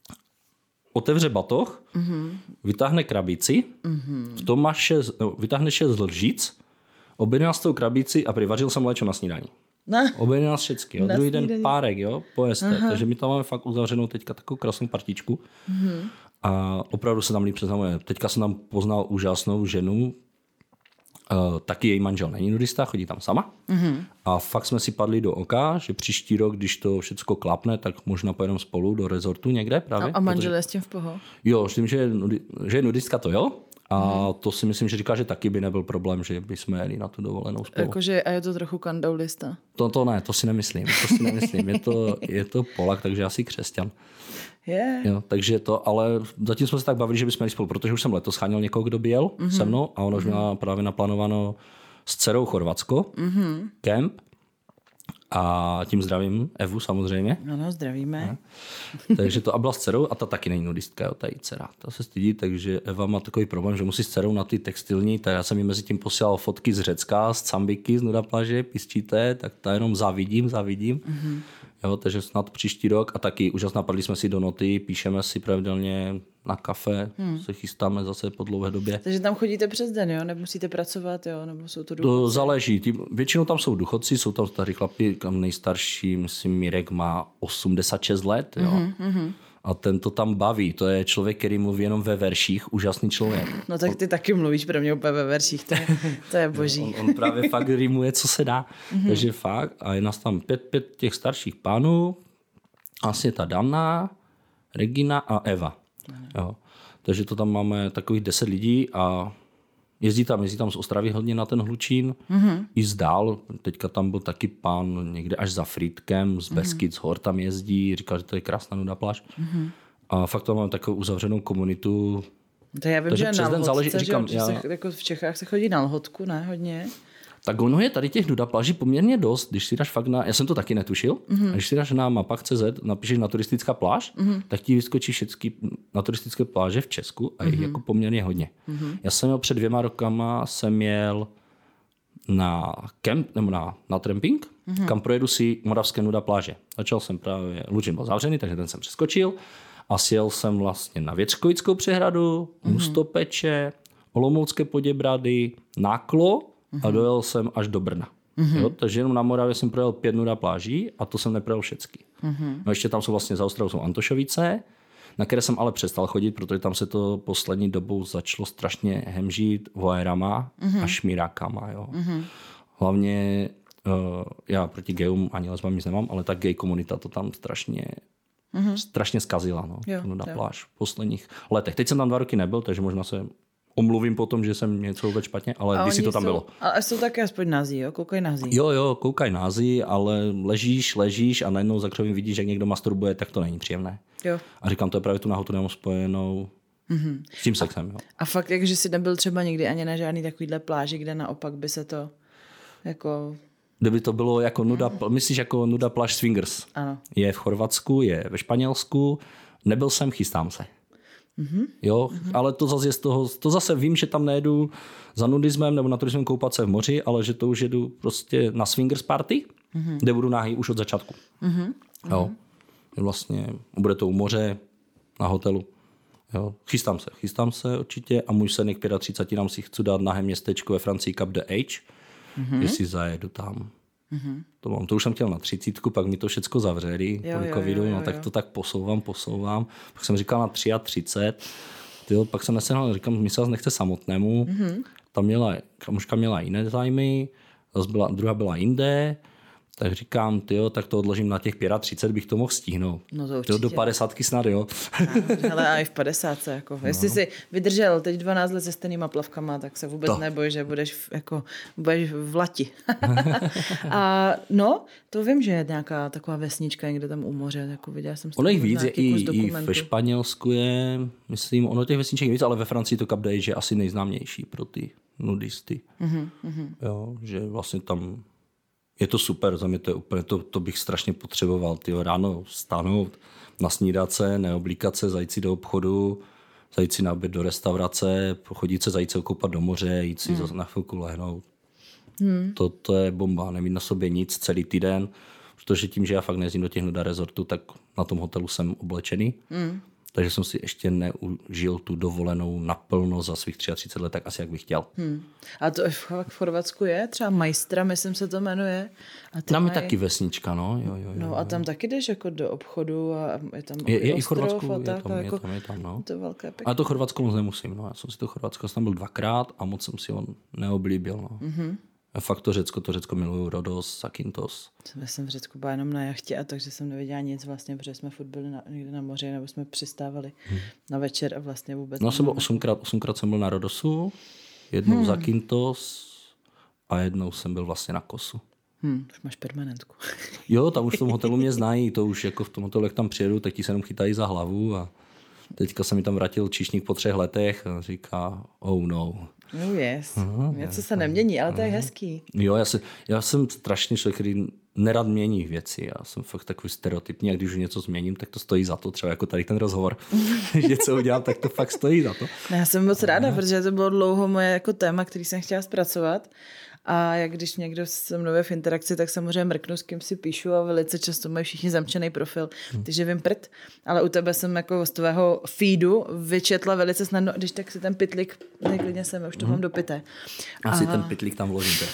otevře batoh, mm-hmm. vytáhne krabici, mm-hmm. v tom má šest, no, vytáhne šest lžic, objedná s tou krabici a přivařil jsem léčo na snídaní. No. Objedná nás všechny, jo. Druhý den párek, jo, pojezte. Takže my tam máme fakt uzavřenou teďka takovou krásnou partičku. Mm-hmm. A opravdu se tam líp seznamuje. Teďka jsem tam poznal úžasnou ženu Uh, taky její manžel není nudista, chodí tam sama. Mm-hmm. A fakt jsme si padli do oka, že příští rok, když to všechno klapne, tak možná pojedeme spolu do rezortu někde právě. A, a manžel protože... je s tím v pohodě? Jo, myslím, že je, nudi... že je nudistka, to jo. A mm-hmm. to si myslím, že říká, že taky by nebyl problém, že bychom jeli na tu dovolenou spolu. Jakože a je to trochu kandoulista? To, to ne, to si nemyslím. To si nemyslím. Je to, je to Polak, takže asi křesťan. Yeah. Jo, takže to, ale zatím jsme se tak bavili, že bychom jeli spolu, protože už jsem letos scháněl někoho, kdo by jel mm-hmm. se mnou a ona už mm-hmm. měla právě naplánováno s dcerou Chorvatsko, mm-hmm. kemp a tím zdravím Evu samozřejmě. Ano, zdravíme. Ne? Takže to a byla s dcerou a ta taky není nudistka, jo, ta její dcera. Ta se stydí, takže Eva má takový problém, že musí s dcerou na ty textilní, tak já jsem jí mezi tím posílal fotky z Řecka, z Cambiky, z Nuda plaže, písčíte, tak ta jenom zavidím, zavidím. Mm-hmm. Jo, takže snad příští rok a taky úžasná, padli jsme si do noty, píšeme si pravidelně na kafe, hmm. se chystáme zase po dlouhé době. Takže tam chodíte přes den, jo? Nemusíte pracovat, jo? Nebo jsou to důchodci? To záleží. Většinou tam jsou důchodci, jsou tam staří chlapi, kam nejstarší, myslím, Mirek má osmdesát šest let, jo. Mm-hmm. A ten to tam baví. To je člověk, který mluví jenom ve verších, úžasný člověk. No tak ty taky mluvíš pro mě úplně ve verších, to je, to je boží. on, on právě fakt rýmuje, co se dá. Mm-hmm. Takže fakt. A je nás tam pět, pět těch starších pánů. Asi ta Dana, Regina a Eva. Mm-hmm. Jo. Takže to tam máme takových deset lidí a jezdí tam, jezdí tam z Ostravy hodně na ten Hlučín. Mm-hmm. I zdál. Teďka tam byl taky pán někde až za Frýdkem, z Beskyd, mm-hmm. z hor tam jezdí. Říkal, že to je krásná Nuda pláž. Mm-hmm. A fakt tam máme takovou uzavřenou komunitu. To já vím, takže že na Lhotce, záleží, že, říkám, že já... se, jako v Čechách se chodí na Lhotku, ne? Hodně. Tak ono je tady těch Nuda pláží poměrně dost, když si dáš fakt na, já jsem to taky netušil, mm-hmm. když si dáš na mapách tečka cé zet, napíšeš na turistická pláž, mm-hmm. tak ti vyskočí všechny na turistické pláže v Česku a je mm-hmm. jako poměrně hodně. Mm-hmm. Já jsem měl před dvěma rokama, jsem jel na kemp, nebo na, na tramping, mm-hmm. kam projedu si moravské Nuda pláže. Začal jsem právě, Lučin byl zavřený, takže ten jsem přeskočil a sjel jsem vlastně na Větřkovickou přehradu, mm-hmm. Hustopeče, Olomoucké Poděbrady, Náklo, a dojel jsem až do Brna. Mm-hmm. Jo, takže jenom na Moravě jsem projel pět Nuda pláží a to jsem neprojel všecky. Mm-hmm. No ještě tam jsou vlastně za Ostravou jsou Antošovice, na které jsem ale přestal chodit, protože tam se to poslední dobou začalo strašně hemžít voérama mm-hmm. a šmírákama. Jo. Mm-hmm. Hlavně uh, já proti gayům ani lesbám nic nemám, ale ta gay komunita to tam strašně mm-hmm. strašně zkazila. No, jo, Nuda pláž v posledních letech. Teď jsem tam dva roky nebyl, takže možná se omluvím potom, že jsem něco vůbec špatně, ale když si to tam jsou, bylo. Ale jsou také aspoň nází, jo? Koukaj nází. Jo, jo, koukaj nází, ale ležíš, ležíš a najednou za křovím vidíš, jak někdo masturbuje, tak to není příjemné. Jo. A říkám, to je právě tu nahotu nemám spojenou mm-hmm. s tím sexem. Jo. A fakt, jak, že jsi nebyl třeba nikdy ani na žádný takovýhle pláži, kde naopak by se to jako... Kdyby to bylo jako nuda, mm. myslíš jako Nuda pláž swingers. Ano. Je v Chorvatsku, je ve Španělsku, nebyl jsem, chystám se. Mm-hmm. Jo, mm-hmm. ale to zase je z toho, to zase vím, že tam nejedu za nudismem nebo na turismem koupat se v moři, ale že to už jedu prostě na swingers party, mm-hmm. kde budu nahý už od začátku. Mm-hmm. Jo, vlastně bude to u moře, na hotelu. Jo, chystám se, chystám se určitě a můj sen k třiceti pěti nám si chci dát nahé městečko ve Francii Cap de Age, mm-hmm. jestli zajedu tam. Mm-hmm. To, mám, to už jsem chtěl na třicítku, pak mi to všecko zavřeli kvůli covidu, jo, jo, jo, no tak to tak posouvám, posouvám. Pak jsem říkal na třicet tři. Tyjo, pak jsem nesehnal, říkám, mi se vás nechce samotnému. Mm-hmm. Tam měla, kamuška měla jiné zájmy, byla, druhá byla jinde, tak říkám, tyjo, tak to odložím na těch třicet pět, bych to mohl stihnout. No to určitě. Do padesátky snad, jo. No, ale i v padesátce, jako. No. Jestli jsi vydržel teď dvanáct let se stejnýma plavkama, tak se vůbec to. neboj, že budeš v, jako, budeš v lati. A no, to vím, že je nějaká taková vesnička někde tam u moře, jako viděla jsem. Ono jich víc, je i, i ve Španělsku je, myslím, ono těch vesniček je víc, ale ve Francii to Cap de Age je asi nejznámější pro ty nudisty. Mm-hmm. Jo, že vlastně tam je to super, za mě to je úplně, to, to bych strašně potřeboval, tyjo, ráno vstanout, nasnídat se, neoblíkat se, zajít si do obchodu, zajít si na oběd do restaurace, chodit se, zajít se okoupat do moře, jít si hmm. na chvilku lehnout. Hmm. To, to je bomba, nemít na sobě nic celý týden, protože tím, že já fakt nejezdím do těch Nuda rezortů, tak na tom hotelu jsem oblečený. Hmm. Takže jsem si ještě neužil tu dovolenou naplno za svých třicet tři let, tak asi jak bych chtěl. Hmm. A to v, v Chorvatsku je? Třeba Majstra, myslím se to jmenuje. A tam maj... je taky vesnička, no. Jo, jo, jo, no a tam taky jdeš jako do obchodu a je tam je, je ostrov i v Chorvatsku, a tak. je tam, a je jako, tam, je tam, no. To je velké pěkné. Ale to Chorvatsko moc nemusím, no. Já jsem si to Chorvatsko tam byl dvakrát a moc jsem si ho neoblíbil, no. Mm-hmm. A fakt to Řecko, to Řecko miluju, Rodos, Zakynthos. Já jsem v Řecku byla jenom na jachtě a takže jsem neviděla nic vlastně, protože jsme furt byli na, někde na moři nebo jsme přistávali hmm. na večer a vlastně vůbec... No jsem byl osmkrát, osmkrát jsem byl na Rodosu, jednou hmm. Zakynthos a jednou jsem byl vlastně na Kosu. Hmm, už máš permanentku. Jo, tam už v tom hotelu mě znají, to už jako v tom hotelu, jak tam přijedu, tak ti se jenom chytají za hlavu a teďka se mi tam vrátil číšník po třech letech a říká, oh no. No yes, Aha, něco se nemění, ale to je hezký. Jo, já, se, já jsem strašný člověk, který nerad mění věci. Já jsem fakt takový stereotypní a když už něco změním, tak to stojí za to. Třeba jako tady ten rozhovor. Když něco udělám, tak to fakt stojí za to. No, já jsem moc ráda, protože to bylo dlouho moje jako téma, který jsem chtěla zpracovat. A jak když někdo se mnou je v interakci, tak samozřejmě mrknu, s kým si píšu a velice často mají všichni zamčený profil, hmm. takže vím prd. Ale u tebe jsem jako z tvého feedu vyčetla velice snadno, když tak si ten pytlík, neklidně jsem, už to hmm. mám dopité. Asi a... ten pytlík tam vložíte.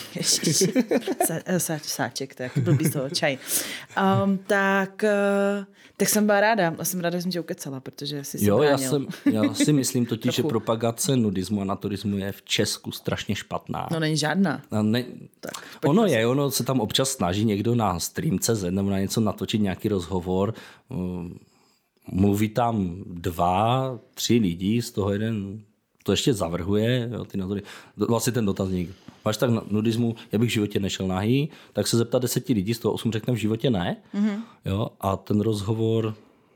Sá, sáček, tak blbý z toho čaj. Um, tak, uh, tak jsem byla ráda. A jsem ráda, že jsem tě ukecala, protože jsi si Jo, bránil. já, jsem, já si myslím totiž, že propagace nudismu a naturismu je v Česku strašně špatná. No není žádná. Ne, tak, ono je, ono se tam občas snaží někdo na stream tečka cé zet nebo na něco natočit nějaký rozhovor. Mluví tam dva, tři lidi, z toho jeden to ještě zavrhuje. Jo, ty názory. Vlastně ten dotazník. Máš tak na nudismu, já bych v životě nešel nahý, tak se zeptat deseti lidí, z toho osm řekne v životě ne. Mm-hmm. Jo, a ten rozhovor...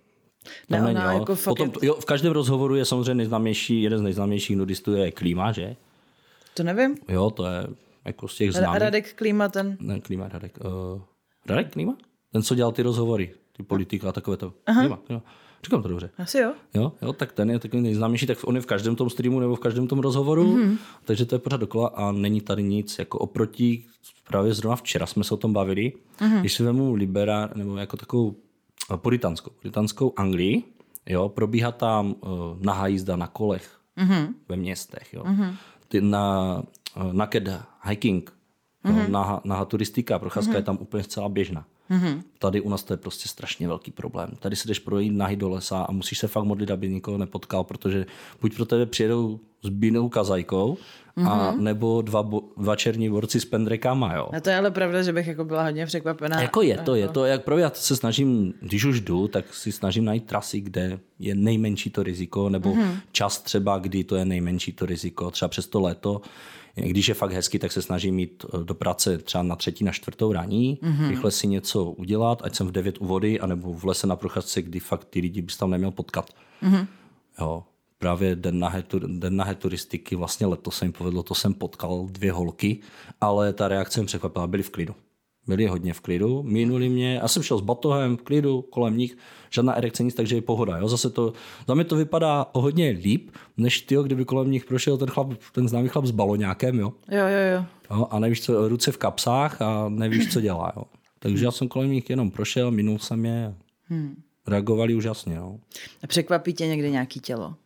Ne, není, jo. Jako Potom, je... jo, v každém rozhovoru je samozřejmě nejznámější, jeden z nejznámějších nudistů je Klíma, že? To nevím. Jo, to je jako z těch známých. Radek Klíma ten? Ne, Klíma, Radek. Uh, Radek Klíma? Ten, co dělal ty rozhovory, ty politika a takové to. Klíma, jo. Říkám to dobře. Asi jo. jo. Jo, tak ten je takový nejznámější, tak on je v každém tom streamu nebo v každém tom rozhovoru, mm-hmm. takže to je pořád dokola a není tady nic. Jako oproti, právě zrovna včera jsme se o tom bavili, mm-hmm. když si vemu Libera, nebo jako takovou puritanskou, puritanskou Anglii, jo, probíhá tam uh, nahá jízda na kolech mm-hmm. ve městech, jo. Mm-hmm. Ty na uh, naked hiking, mm-hmm. jo, nahá, nahá turistika, procházka mm-hmm. je tam úplně zcela běžná. Mm-hmm. Tady u nás to je prostě strašně velký problém. Tady si jdeš projít nahý do lesa a musíš se fakt modlit, aby nikoho nepotkal, protože buď pro tebe přijedou s bílou kazajkou, mm-hmm. a nebo dva, bo, dva černí borci s pendrekama, jo. A to je ale pravda, že bych jako byla hodně překvapená. Jako je to, je to, jak právě já se snažím, když už jdu, tak si snažím najít trasy, kde je nejmenší to riziko, nebo mm-hmm. čas třeba, kdy to je nejmenší to riziko, třeba přes to léto. Když je fakt hezky, tak se snažím jít do práce třeba na třetí, na čtvrtou raní, mm-hmm. rychle si něco udělat, ať jsem v devět u vody, anebo v lese na procházce, kdy fakt ty lidi bys tam neměl potkat. Mm-hmm. Jo, právě den nahé, den nahé turistiky, vlastně letos se mi povedlo, to jsem potkal dvě holky, ale ta reakce mě překvapila, byli v klidu. Byli hodně v klidu, minuli mě, já jsem šel s batohem v klidu, kolem nich, žádná erekce, nic, takže je pohoda. Jo? Zase to, za mě to vypadá o hodně líp, než tyjo, kdyby kolem nich prošel ten chlap, ten známý chlap s baloňákem, jo? Jo, jo, jo. jo a nevíš, co, ruce v kapsách a nevíš, co dělá, jo? Takže hmm. já jsem kolem nich jenom prošel, minul jsem je, hmm. reagovali úžasně, jo. A překvapí tě někdy nějaký tělo?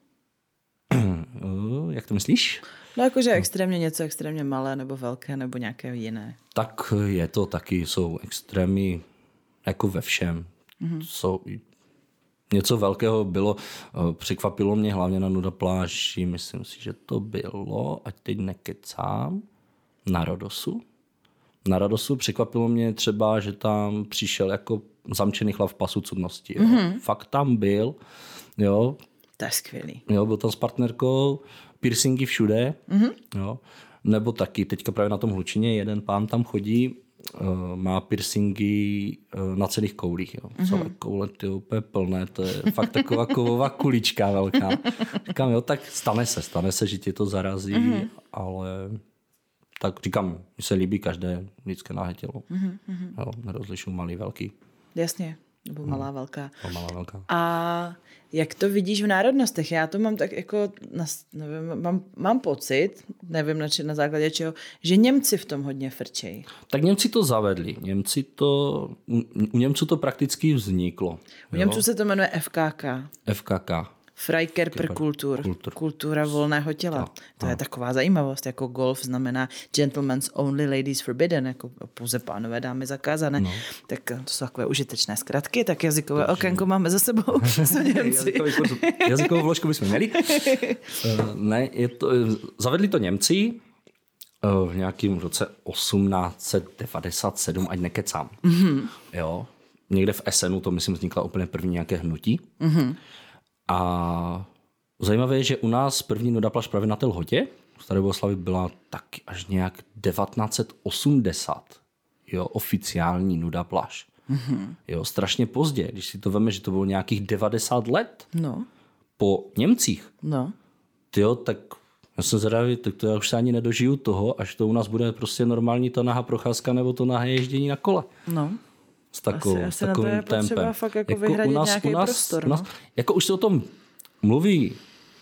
Jak to myslíš? No jakože extrémně něco extrémně malé nebo velké nebo nějaké jiné. Tak je to taky, jsou extrémy jako ve všem. Mm-hmm. Jsou, něco velkého bylo, překvapilo mě hlavně na Nuda pláži, myslím si, že to bylo, ať teď nekecám, na Rodosu. Na Rodosu překvapilo mě třeba, že tam přišel jako zamčený chlap v pasu cudnosti. Mm-hmm. Fakt tam byl, jo. To je skvělý. Jo, byl tam s partnerkou, piercingy všude, mm-hmm. jo. Nebo taky, teďka právě na tom Hlučině jeden pán tam chodí, uh, má piercingy uh, na celých koulích. Jo. Mm-hmm. Celé koule, ty úplně plné, to je fakt taková kovová kulička velká. Říkám, jo, tak stane se, stane se, že tě to zarazí, mm-hmm. ale tak říkám, mi se líbí každé lidské nahé tělo. Mm-hmm. Jo, nerozlišuju malý, velký. Jasně. Nebo malá, velká. No, malá, velká. A jak to vidíš v národnostech? Já to mám tak jako, nevím, mám, mám pocit, nevím na, či, na základě čeho, že Němci v tom hodně frčejí. Tak Němci to zavedli. Němci to, u Němců to prakticky vzniklo. U Němců se to jmenuje F K K. F K K. Freikerperkultur, Kultur. Kultura volného těla. No, to no. je taková zajímavost, jako golf znamená gentlemen's only, ladies forbidden, jako pouze pánové, dámy zakázané. No. Tak to jsou takové užitečné zkratky, tak jazykové to okénko máme za sebou. Jazykovou vložku bychom měli. uh, ne, je to, zavedli to Němci uh, v nějakým roce osmnáct set devadesát sedm, ať nekecám. Mm-hmm. Jo, někde v Essenu to myslím vznikla úplně první nějaké hnutí. Mm-hmm. A zajímavé je, že u nás první nuda plaž právě na té Lhotě v Staré Boleslavi byla taky až nějak devatenáct set osmdesát. Jo, oficiální nuda plaž. Mm-hmm. Jo, strašně pozdě, když si to veme, že to bylo nějakých devadesát let no. po Němcích. No. Tyjo, tak já jsem zvědavý, tak to já už se ani nedožiju toho, až to u nás bude prostě normální to nahá procházka nebo to nahé ježdění na kole. No. S, takovou, asi, asi s takovým na to je tempem. Fakt jako jako vyhradit nás, nějaký nás, prostor. No? Nás, jako už se o tom mluví,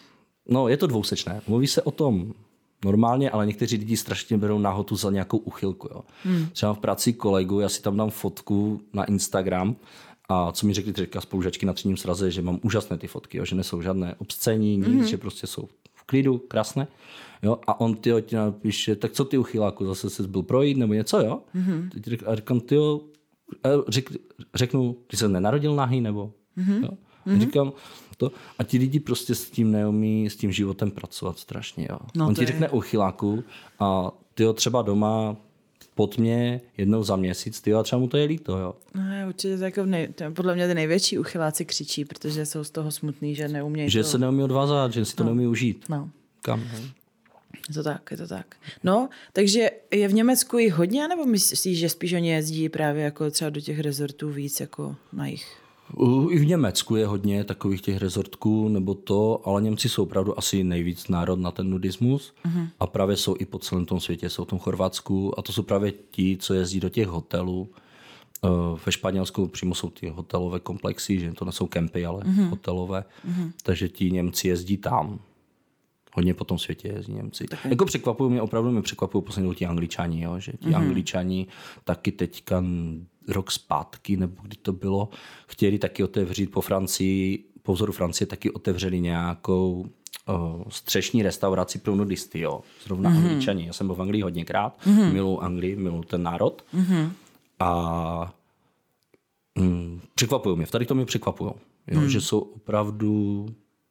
no je to dvousečné, mluví se o tom normálně, ale někteří lidi strašně berou náhodu za nějakou uchylku. Jo. Hmm. Třeba v práci kolegu, já si tam dám fotku na Instagram a co mi řekli třeba spolužačky na třídním sraze, že mám úžasné ty fotky, jo, že nejsou žádné obscení, nic, hmm. že prostě jsou v klidu, krásné. Jo, a on tyjo, ti napíše, tak co ty uchyláku, zase jsi byl projít nebo něco, jo? Hmm. A říkám, tyjo, Řek, řeknu, ty se nenarodil nahý, nebo? Mm-hmm. Jo? Mm-hmm. Říkám to. A ti lidi prostě s tím neumí, s tím životem pracovat strašně. Jo? No on ti je... řekne o chyláku a ty ho třeba doma pod mě jednou za měsíc, ty a třeba mu to je líto. Jo? No, určitě to jako nej, to podle mě ty největší uchyláci křičí, protože jsou z toho smutný, že neumějí Že to... se neumí odvázat, že si to no. neumí užít. No. Kam? Je to tak, je to tak. No, takže je v Německu jich hodně, nebo myslíš, že spíš oni jezdí právě jako třeba do těch rezortů víc jako na jich? I v Německu je hodně takových těch rezortků nebo to, ale Němci jsou opravdu asi nejvíc národ na ten nudismus uh-huh. a právě jsou i po celém tom světě, jsou v tom Chorvatsku a to jsou právě ti, co jezdí do těch hotelů. Ve Španělsku přímo jsou ty hotelové komplexy, že to nejsou kempy, ale uh-huh. hotelové, uh-huh. takže ti Němci jezdí tam. Hodně po tom světě jezdí Němci. Okay. Jako překvapují mě, opravdu mě překvapují poslední ti Angličani, jo? Že ti mm-hmm. Angličani taky teďka rok zpátky, nebo kdy to bylo, chtěli taky otevřít po Francii, po vzoru Francie taky otevřeli nějakou uh, střešní restauraci pro nudisty, jo? Zrovna mm-hmm. Angličani. Já jsem byl v Anglii hodněkrát, mm-hmm. miluji Anglii, miluji ten národ. Mm-hmm. A mm, překvapují mě, v tady to mě překvapují, jo? Mm. Že jsou opravdu...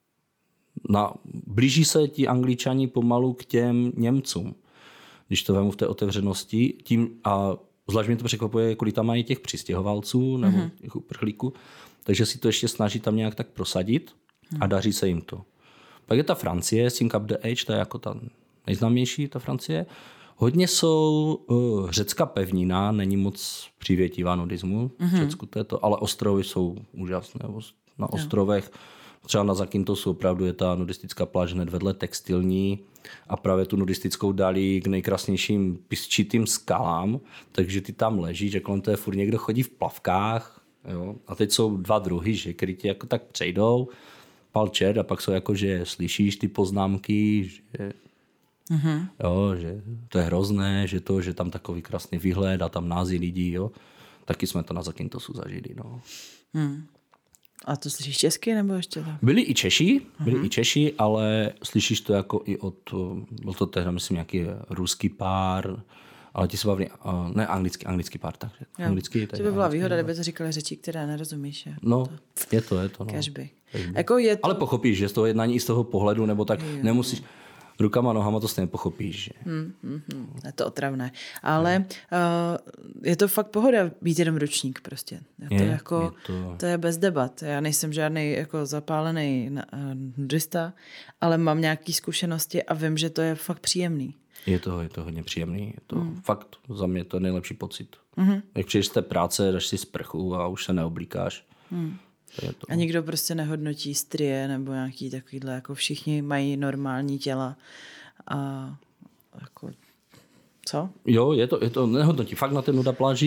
Na, blíží se ti Angličani pomalu k těm Němcům, když to vemu v té otevřenosti. Tím, a zvlášť mě to překvapuje, kolik tam mají těch přistěhovalců nebo mm-hmm. těch uprchlíků, takže si to ještě snaží tam nějak tak prosadit mm. a daří se jim to. Pak je ta Francie, Sing Up the Age, ta je jako ta nejznámější, ta Francie. Hodně jsou uh, řecká pevnina, není moc přivětivá nudismu, mm-hmm. v Řecku to je to, ale ostrovy jsou úžasné. Na ostrovech třeba na Zakyntosu opravdu je ta nudistická pláž hned vedle textilní a právě tu nudistickou dali k nejkrásnějším písčitým skalám, takže ty tam ležíš, že kolem toho furt někdo chodí v plavkách. Jo? A teď jsou dva druhy, že, který ti jako tak přejdou, palčet, a pak jsou jako, že slyšíš ty poznámky, že, mm-hmm. jo, že to je hrozné, že to, že tam takový krásný výhled a tam nází lidí, jo. Taky jsme to na Zakyntosu zažili, no. Hmm. A to slyšíš česky nebo ještě tak? Byli i Češi, byli uh-huh. i Češi, ale slyšíš to jako i od, byl to tehdy, myslím, nějaký ruský pár, ale ti se baví, ne anglický, anglický pár, takže anglický. To by byla výhoda, kdyby to říkali řečí, které nerozumíš. Je. No, to... je to, je to. No. Cashby. Jako je to... Ale pochopíš, že z toho jednání i z toho pohledu, nebo tak jo, nemusíš... Rukama, nohama to stejně pochopíš. Že? Hmm, hmm, hmm. Je to otravné. Ale hmm. uh, je to fakt pohoda být jenom ručník prostě. Je to, je, jako, je to... to je bez debat. Já nejsem žádný jako zapálený nudista, ale mám nějaké zkušenosti a vím, že to je fakt příjemný. Je to, je to hodně příjemný. Je to hmm. fakt za mě to nejlepší pocit. Hmm. Jak přijdeš z té práce, dáš si sprchu a už se neoblíkáš. Hmm. A nikdo prostě nehodnotí strie nebo nějaký takovýhle, jako všichni mají normální těla a jako, co? Jo, je to, je to nehodnotí. Fakt na té nuda pláži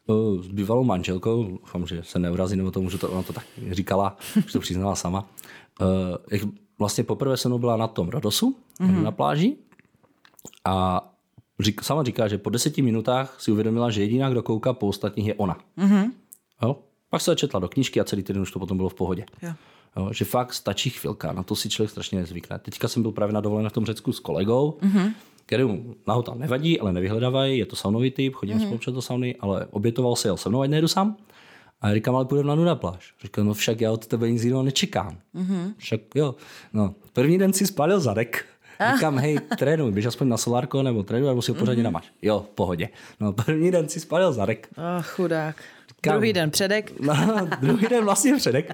s bývalou manželkou, doufám, že se neurazí, nebo tomu, že to, ona to tak říkala, že to přiznala sama. Jak vlastně poprvé se mnou byla na tom Rhodosu, mm-hmm. na pláži a řík, sama říká, že po deseti minutách si uvědomila, že jediná, kdo kouká po ostatních, je ona. Mm-hmm. Jo? Pak se četla do knížky a celý týden už to potom bylo v pohodě. Jo. Jo, že fakt stačí chvilka, na to si člověk strašně nezvykne. Teďka jsem byl právě na dovolené v tom Řecku s kolegou, mm-hmm. kterému nahota nevadí, ale nevyhledávají, je to saunový typ, chodím mm-hmm. spolu do sauny, ale obětoval se, jel se mnou, ať nejdu sám. A říkám, ale půjdeme na nuda pláž. Říkám, no však já od tebe nic jiného nečekám. Mm-hmm. Však jo, no, první den si spálil zadek. Ah. Říkám, hej, trénuj, běž aspoň na solárko, nebo trénuj, nebo si ho pořádně mm-hmm. namáš. Jo, v pohodě. No, první den si spálil zadek. Oh, chudák. Říkám, druhý den předek. No, druhý den vlastně předek.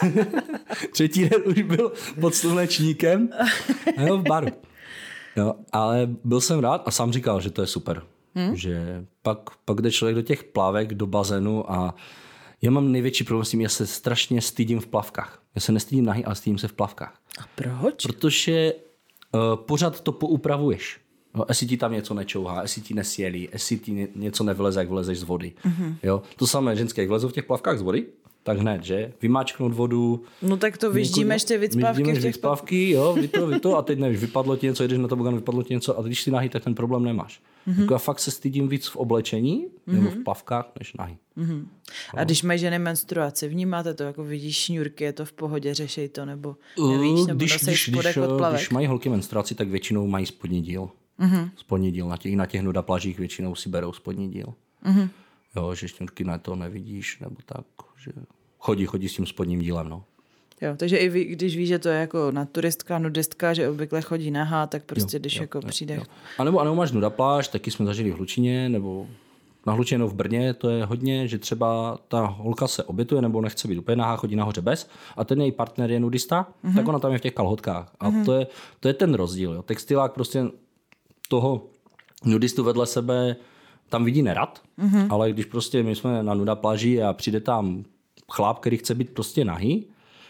Třetí den už byl pod slunečníkem. Jo, v baru. Jo, ale byl jsem rád a sám říkal, že to je super. Hmm? Že pak, pak jde člověk do těch plavek, do bazénu a já mám největší problém s tím, já se strašně stydím v plavkách. Já se nestydím nahý, ale stydím se v plavkách. A proč? Protože uh, pořád to poupravuješ. No, jestli ti tam něco nečouhá, jestli ti nesjelí, jestli ti něco nevyleze, jak vylezeš z vody. Mm-hmm. Jo? To samé ženské, jak vylezou v těch plavkách z vody, tak hned, že? Vymáčknout vodu. No tak to vyždímeš ty vycpávky v těch vycpávky, jo, vy to, vy to a teď nevíš, vypadlo ti něco, jdeš na tobogan, vypadlo ti něco a když jsi nahý, tak ten problém nemáš. Mm-hmm. Tak já fakt se stydím víc v oblečení mm-hmm. nebo v plavkách, než nahý. Mm-hmm. A když mají ženy menstruaci, vnímáte to, jako vidíš šňůrky, je to v pohodě, řešej to, nebo nevíš, nebo když, nosej spodek od plavek? Když mají holky menstruaci, tak většinou mají spodní díl. Mm-hmm. Spodní díl. Na těch, na těch nuda plážích většinou si berou spodní díl. Mm-hmm. Jo, že šňůrky na to nevidíš, nebo tak, že chodí, chodí s tím spodním dílem, no. Jo, takže i vy, když víš, že to je jako naturistka, nudistka, že obvykle chodí nahá, tak prostě, jo, když jo, jako jo, přijde. Jo. A nebo, a nebo máš nuda pláž, taky jsme zažili v Hlučíně, nebo na Hlučíně v Brně, to je hodně, že třeba ta holka se obětuje, nebo nechce být úplně nahá, chodí nahoře bez, a ten její partner je nudista, mm-hmm. tak ona tam je v těch kalhotkách. A mm-hmm. to, je, to je ten rozdíl. Jo. Textilák prostě toho nudistu vedle sebe tam vidí nerad, mm-hmm. ale když prostě my jsme na nuda pláži a přijde tam chlap, který chce být prostě nahý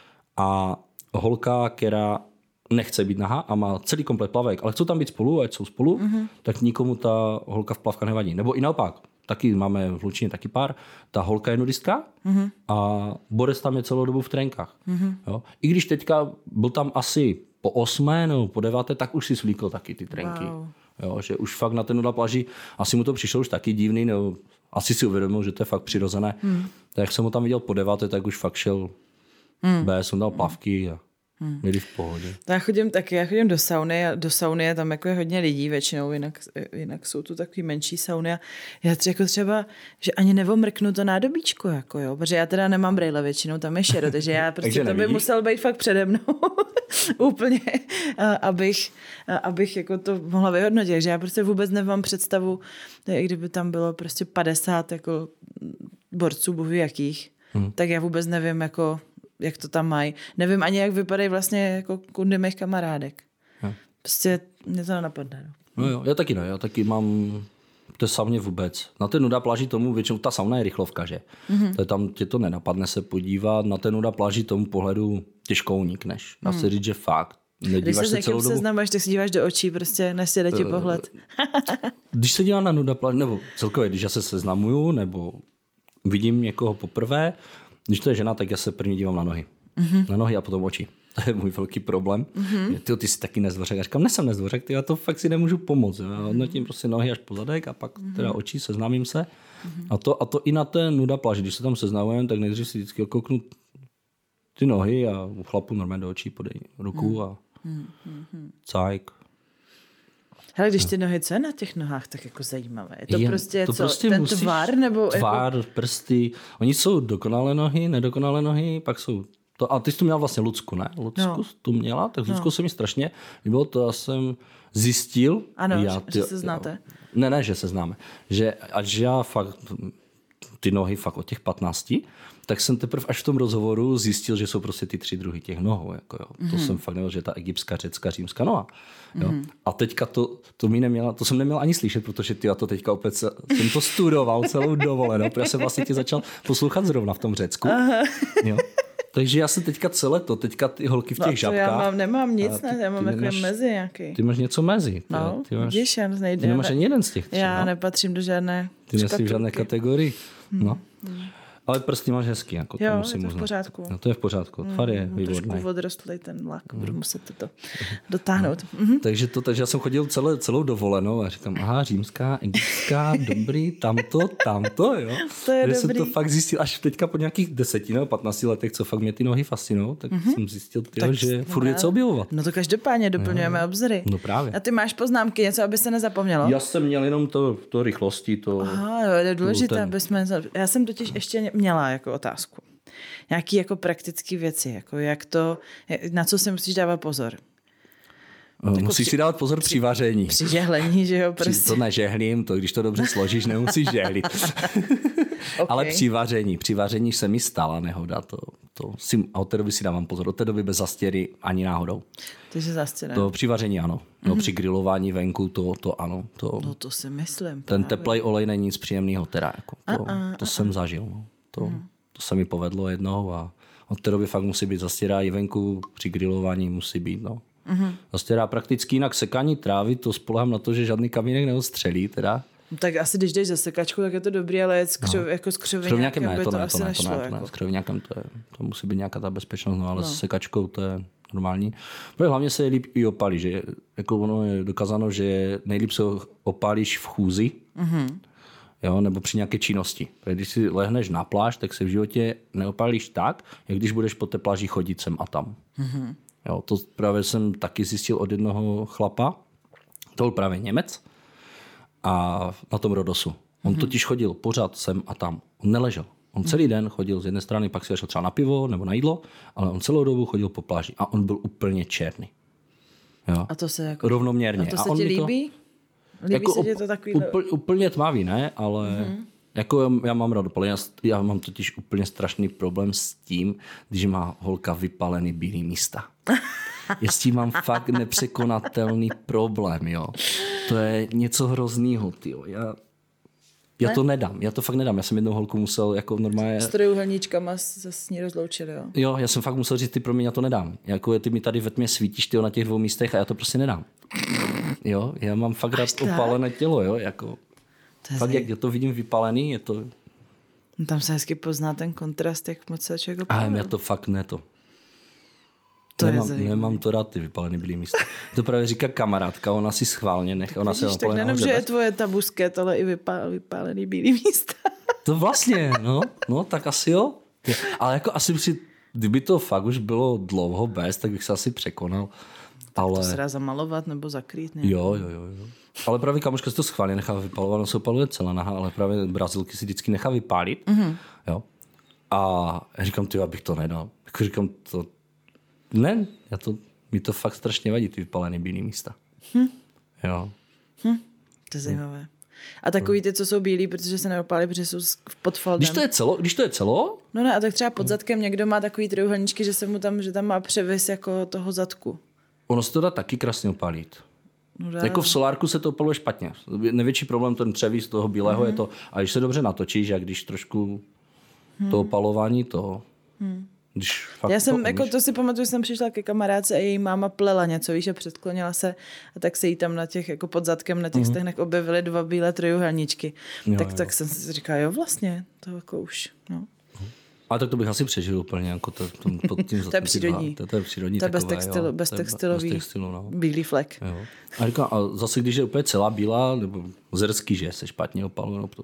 a holka, která nechce být nahá a má celý komplet plavek, ale chcou tam být spolu, ať jsou spolu, mm-hmm. tak nikomu ta holka v plavkách nevadí. Nebo i naopak, taky máme v Hlučíně taky pár, ta holka je nudistka mm-hmm. a Borec tam je celou dobu v trénkách. Mm-hmm. Jo? I když teďka byl tam asi po osmé nebo po deváté, tak už si svlíkl taky ty trénky. Wow. Jo, že už fakt na ten nuda pláži, asi mu to přišlo už taky divný, nebo asi si uvědomil, že to je fakt přirozené. Hmm. Tak jak jsem ho tam viděl po deváté, tak už fakt šel hmm. bez, on dal plavky a hmm. měli v pohodě. Já chodím taky, já chodím do sauny a do sauny je tam jako je hodně lidí většinou, jinak, jinak jsou tu takový menší sauny a já jako třeba, že ani nevomrknu to nádobíčko, jako jo, protože já teda nemám brejle většinou, tam je šero, takže já prostě to by musel být fakt přede mnou úplně, abych, abych jako to mohla vyhodnotit, že já prostě vůbec nemám představu, i kdyby tam bylo prostě padesát jako borců, bohu jakých, hmm. tak já vůbec nevím, jako jak to tam mají. Nevím ani, jak vypadají vlastně jako kundy mých kamarádek. Hmm. Prostě mě to nenapadne. No. No jo, já taky ne, já taky mám to je sauně vůbec. Na té nuda pláži tomu většinou ta sauna je rychlovka, že? Mm-hmm. To je tam tě to nenapadne se podívat, na té nuda pláži tomu pohledu těžko unikneš. Dá se říct, že fakt. Když se s někým seznámáš, tak si díváš do očí, prostě nesjede ti pohled. Když se dívám na nuda pláži, nebo celkově, když já se seznamuju, nebo vidím někoho poprvé, když to je žena, tak já se první dívám na nohy. Mm-hmm. Na nohy a potom oči. To je můj velký problém. Mm-hmm. Ty, ty jsi taky nezdvořek. A říkám, nejsem nezdvořek, ty, já to fakt si nemůžu pomoct. Já hodnotím prostě nohy až po zadek a pak mm-hmm. teda oči, seznámím se. Mm-hmm. A, to, a to i na té nuda pláži. Když se tam seznámujeme, tak nejdřív si vždycky okouknu ty nohy a u chlapu normálně do očí podej ruku a mm-hmm. cajk. Hele, když ty nohy, co je na těch nohách tak jako zajímavé? Je to je, prostě to co? Prostě ten tvar? Nebo tvar, jako... prsty. Oni jsou dokonalé nohy, nedokonalé nohy, pak jsou to, a ty jsi tu měla vlastně Lucku, ne? Lucku no. tu měla, tak Lucku no. se mi strašně líbilo, to já jsem zjistil. Ano, já, že, ty, že se znáte. Ne, ne, že se známe. Že až já fakt ty nohy fakt od těch patnácti, tak jsem teprve až v tom rozhovoru zjistil, že jsou prostě ty tři druhy těch nohou. Jako jo. Mm-hmm. To jsem fakt nevěděl, že ta egyptská, řecká, římská noha. Jo. Mm-hmm. A teďka to, to, mi neměla, to jsem neměl ani slyšet, protože ty, já to teďka opět jsem to studoval celou dovolenou, protože jsem vlastně tě začal poslouchat zrovna v tom Řecku. Jo. Takže já jsem teďka celé to, teďka ty holky v těch no, žabkách. Já mám, nemám nic, ne, já mám jako mezi nějaký. Ty máš něco mezi. Ty, no, ty máš, vidíš, já ty nemáš ani jeden z těch třeba. Já nepatřím do žádné Ty nejsi v žádné kategorii. No. Ale prsty máš hezký, jako jo, to musím je to v uznat. pořádku. No, to je v pořádku, tvar je mm, výborný. Trošku odrostlej ten lak, budu muset to dotáhnout. No. Mm-hmm. Takže, to, takže já jsem chodil celé, celou dovolenou a říkám, aha, římská, egyptská, dobrý, tamto, tamto, jo. To je takže dobrý. jsem to fakt zjistil až teďka po nějakých deseti nebo patnácti letech, co fakt mě ty nohy fascinují, tak mm-hmm. jsem zjistil, tyjo, tak, že no, furt je co objevovat. No to každopádně doplňujeme jo. obzory. No právě. A ty máš poznámky, něco, aby se nezapomnělo? Já jsem měl jenom to, to rychlosti, to... Aha, jo, je důležité, ten... aby jsme... Já jsem totiž ještě měla jako otázku. Nějaký jako praktické věci, jako jak to, na co si musíš dávat pozor. No, musíš při, si dávat pozor při vaření. Při žehlení, že jo, prostě. Při, to nežehlím, to když to dobře složíš, nemusíš žehlit. Okay. Ale při vaření, při vaření se mi stala nehoda, to, to si, a od té doby si dávám pozor, od té doby bez zastěry ani náhodou. Takže zastěra. To při vaření ano, no, mm-hmm. při grilování venku to, to ano. To, no to si myslím. Ten právě. teplej olej není nic příjemného, teda, jako, to, a, a, to a, jsem a. zažil. No. To, mm. to se mi povedlo jednou a od té doby fakt musí být zastěra i venku, při grilování musí být, no. Mm-hmm. Zastěrá prakticky, jinak sekání trávy, to spolehám na to, že žádný kamínek neostřelí, teda. Tak asi když jdeš za sekačku, tak je to dobrý, ale jet s křov, no. jako s křoviňákem by to, to ne, asi to ne, nešlo. To ne, jako. ne, s křoviňákem to, je, to musí být nějaká ta bezpečnost, no, ale no. s sekačkou to je normální. Protože hlavně se líp i opálí, že jako ono je dokázáno, že nejlíp se opálíš v chůzi, mm-hmm. jo, nebo při nějaké činnosti. Protože když si lehneš na pláž, tak se v životě neopálíš tak, jak když budeš po té pláži chodit sem a tam. Mm-hmm. Jo, to právě jsem taky zjistil od jednoho chlapa, to byl právě Němec, a na tom Rodosu. On mm-hmm. totiž chodil pořád sem a tam. On neležel. On celý mm-hmm. den chodil z jedné strany, pak si šel třeba na pivo nebo na jídlo, ale on celou dobu chodil po pláži a on byl úplně černý. Jo. A to se jako... Rovnoměrně. A to se a on ti líbí? To, líbí jako se ti to takový... Úplně, úplně tmavý, ne? Ale mm-hmm. jako já, já mám rád opalení. Já, já mám totiž úplně strašný problém s tím, když má holka vypálený bílý místa. Já s tím mám fakt nepřekonatelný problém, jo. To je něco hroznýho, tyjo. Já, já to nedám, já to fakt nedám. Já jsem jednou holku musel jako normálně... S trojuhelníčkama se s ní rozloučili, jo? Jo, já jsem fakt musel říct, ty pro mě já to nedám. Jako ty mi tady ve tmě svítíš, tyjo, na těch dvou místech a já to prostě nedám. Jo, já mám fakt rád opálené tělo, jo, jako... Fakt, jak já to vidím vypálený, je to... No, tam se hezky pozná ten kontrast, jak moc se člověk opálil. Ale já to fakt ne to. To nemám, nemám to rád, ty vypálený bílý místa. To právě říká kamarádka, ona si schválně nech, ona vidíš, se tak nejenom, že je tvoje tabusket, ale i vypál, vypálený bílý místa. To vlastně, no, no, tak asi jo. Ale jako asi by si, kdyby to fakt už bylo dlouho bez, tak bych se asi překonal. Ale... To se dá zamalovat nebo zakrýt, ne? Jo, jo, jo, jo. Ale právě kamoška si to schválně nechá vypalovat, ona se opaluje celá nahá, ale právě Brazilky si vždycky nechá vypálit. Mm-hmm. Jo. A já říkám, ty, abych to nedal. Jako říkám, to ne, já to, mi to fakt strašně vadí, ty vypálený bílý místa. Hm. Jo. Hm. To je zajímavé. A takový ty, co jsou bílí, protože se neopálí, protože jsou pod faldem. Když to je celo? Když to je celo? No ne, a tak třeba pod zadkem někdo má takový trojuhelníčky, že se mu tam, že tam má převis jako toho zadku. Ono se to dá taky krásně opálit. No jako v solárku se to opaluje špatně. Největší problém ten převis toho bílého mm-hmm. je to, a když se dobře natočíš, a když trošku hmm. to opalování to... Hmm. Když fakt já jsem, to jako to si pamatuju, že jsem přišla ke kamarádce a její máma plela něco, víš, a předklonila se a tak se jí tam na těch, jako pod zadkem, na těch mm-hmm. stehnech objevily dva bílé trojuhelníčky. Jo, tak, jo. tak jsem si říkala, jo vlastně, to jako už, no. Ale tak to bych asi přežil úplně, jako to, to, pod tím to je přírodní. To, to je přírodní. To je bez, takové, textilu, jo. bez textilový bez textilu, no. bílý flek. Jo. A říkám, a zase když je úplně celá bílá, nebo zerský, že se špatně opaluje, no,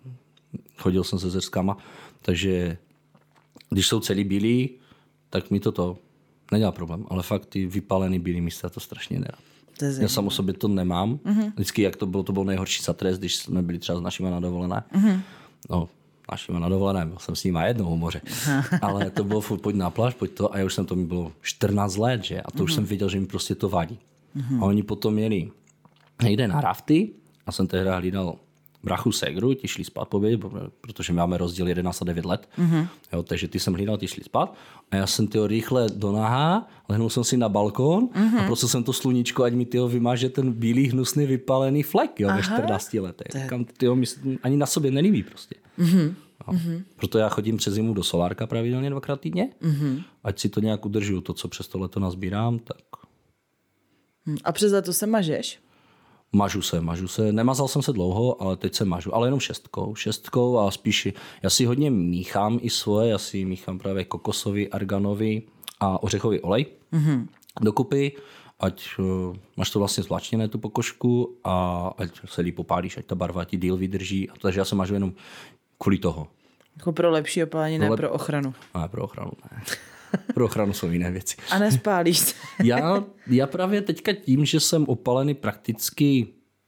chodil jsem se zerskama, takže když jsou celý bílí, tak mi to to nedělá problém, ale fakt ty vypálený bílý místa to strašně nerad. To já sám o sobě to nemám. Mm-hmm. Vždycky, jak to bylo, to byl nejhorší satres, když jsme byli třeba s našima na dovolené. Mm-hmm. No, našima na dovolené, byl jsem s nima jednou u moře. Ale to bylo furt, pojď na pláž, pojď to. A já už jsem to mi bylo čtrnáct let, že? A to mm-hmm. už jsem věděl, že mi prostě to vadí. Mm-hmm. A oni potom jeli někde na rafty a jsem tehdy hlídal brachu, ségru, ti šli spát po obědě, protože máme rozdíl jedenáct a devět let. Mm-hmm. Jo, takže ty jsem hlídal, ty šli spát. A já jsem tyho rychle do nahá, lehnul jsem si na balkón mm-hmm. a prosil jsem to sluníčko, ať mi tyho vymáže ten bílý, hnusný, vypálený flek, jo, ve čtrnácti letech. Kam tyho mi ani na sobě nelíbí prostě. Mm-hmm. No. Mm-hmm. Proto já chodím přes zimu do solárka pravidelně dvakrát týdně, mm-hmm. ať si to nějak udržuju, to, co přes to leto nazbírám, tak... A přes leto se mažeš? Mažu se, mažu se. Nemazal jsem se dlouho, ale teď se mažu. Ale jenom šestkou. Šestkou a spíš, já si hodně míchám i svoje, já si míchám právě kokosový, arganový a ořechový olej mm-hmm. dokupy, ať uh, máš to vlastně zvláčněné tu pokožku a ať se líp popálíš, ať ta barva ti díl vydrží. A takže já se mažu jenom kvůli toho. Jako pro lepší opálení, pro ne lep... pro ochranu. Ne, pro ochranu ne. Pro ochranu jsou jiné věci. A nespálíš se. já, já právě teďka tím, že jsem opalený prakticky,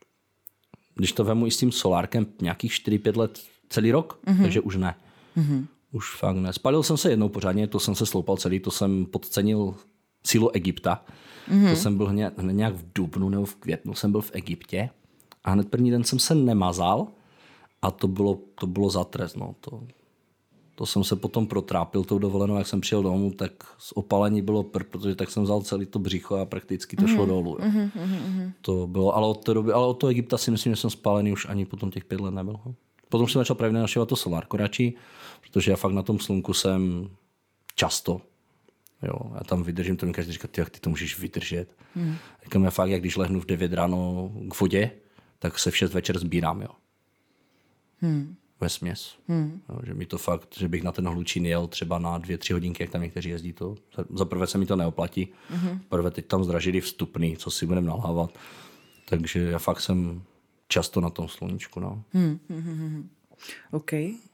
když to vemu i s tím solárkem, nějakých čtyři pět let celý rok, mm-hmm. takže už ne. Mm-hmm. Už fakt ne. Spalil jsem se jednou pořádně, to jsem se sloupal celý, to jsem podcenil sílu Egypta. Mm-hmm. To jsem byl nějak, nějak v dubnu nebo v květnu jsem byl v Egyptě a hned první den jsem se nemazal a to bylo, to bylo za trest. No. To, to jsem se potom protrápil tou dovolenou, jak jsem přijel domů, tak z opalení bylo prd, protože tak jsem vzal celý to břicho a prakticky to mm-hmm. šlo dolů. Jo. Mm-hmm. To bylo, ale od té doby, ale od toho Egypta si myslím, že jsem spálený už ani potom těch pět let nebyl. Potom jsem začal právě našívat to solárko radši, protože já fakt na tom slunku jsem často. Jo, já tam vydržím, to mi každý říká, ty, jak ty to můžeš vydržet. Hmm. Říkám, já fakt, jak když lehnu v devět ráno k vodě, tak se v šest večer sbírám, jo. Hmm. Vesměs. Hmm. Jo, že mi to fakt, že bych na ten Hlučín jel třeba na dvě, tři hodinky, jak tam někteří jezdí, to za prvé se mi to neoplatí. Hmm. Prvé teď tam zdražili vstupný, co si budeme nalhávat. Takže já fakt jsem často na tom sluníčku, no. Hmm. Hmm. OK.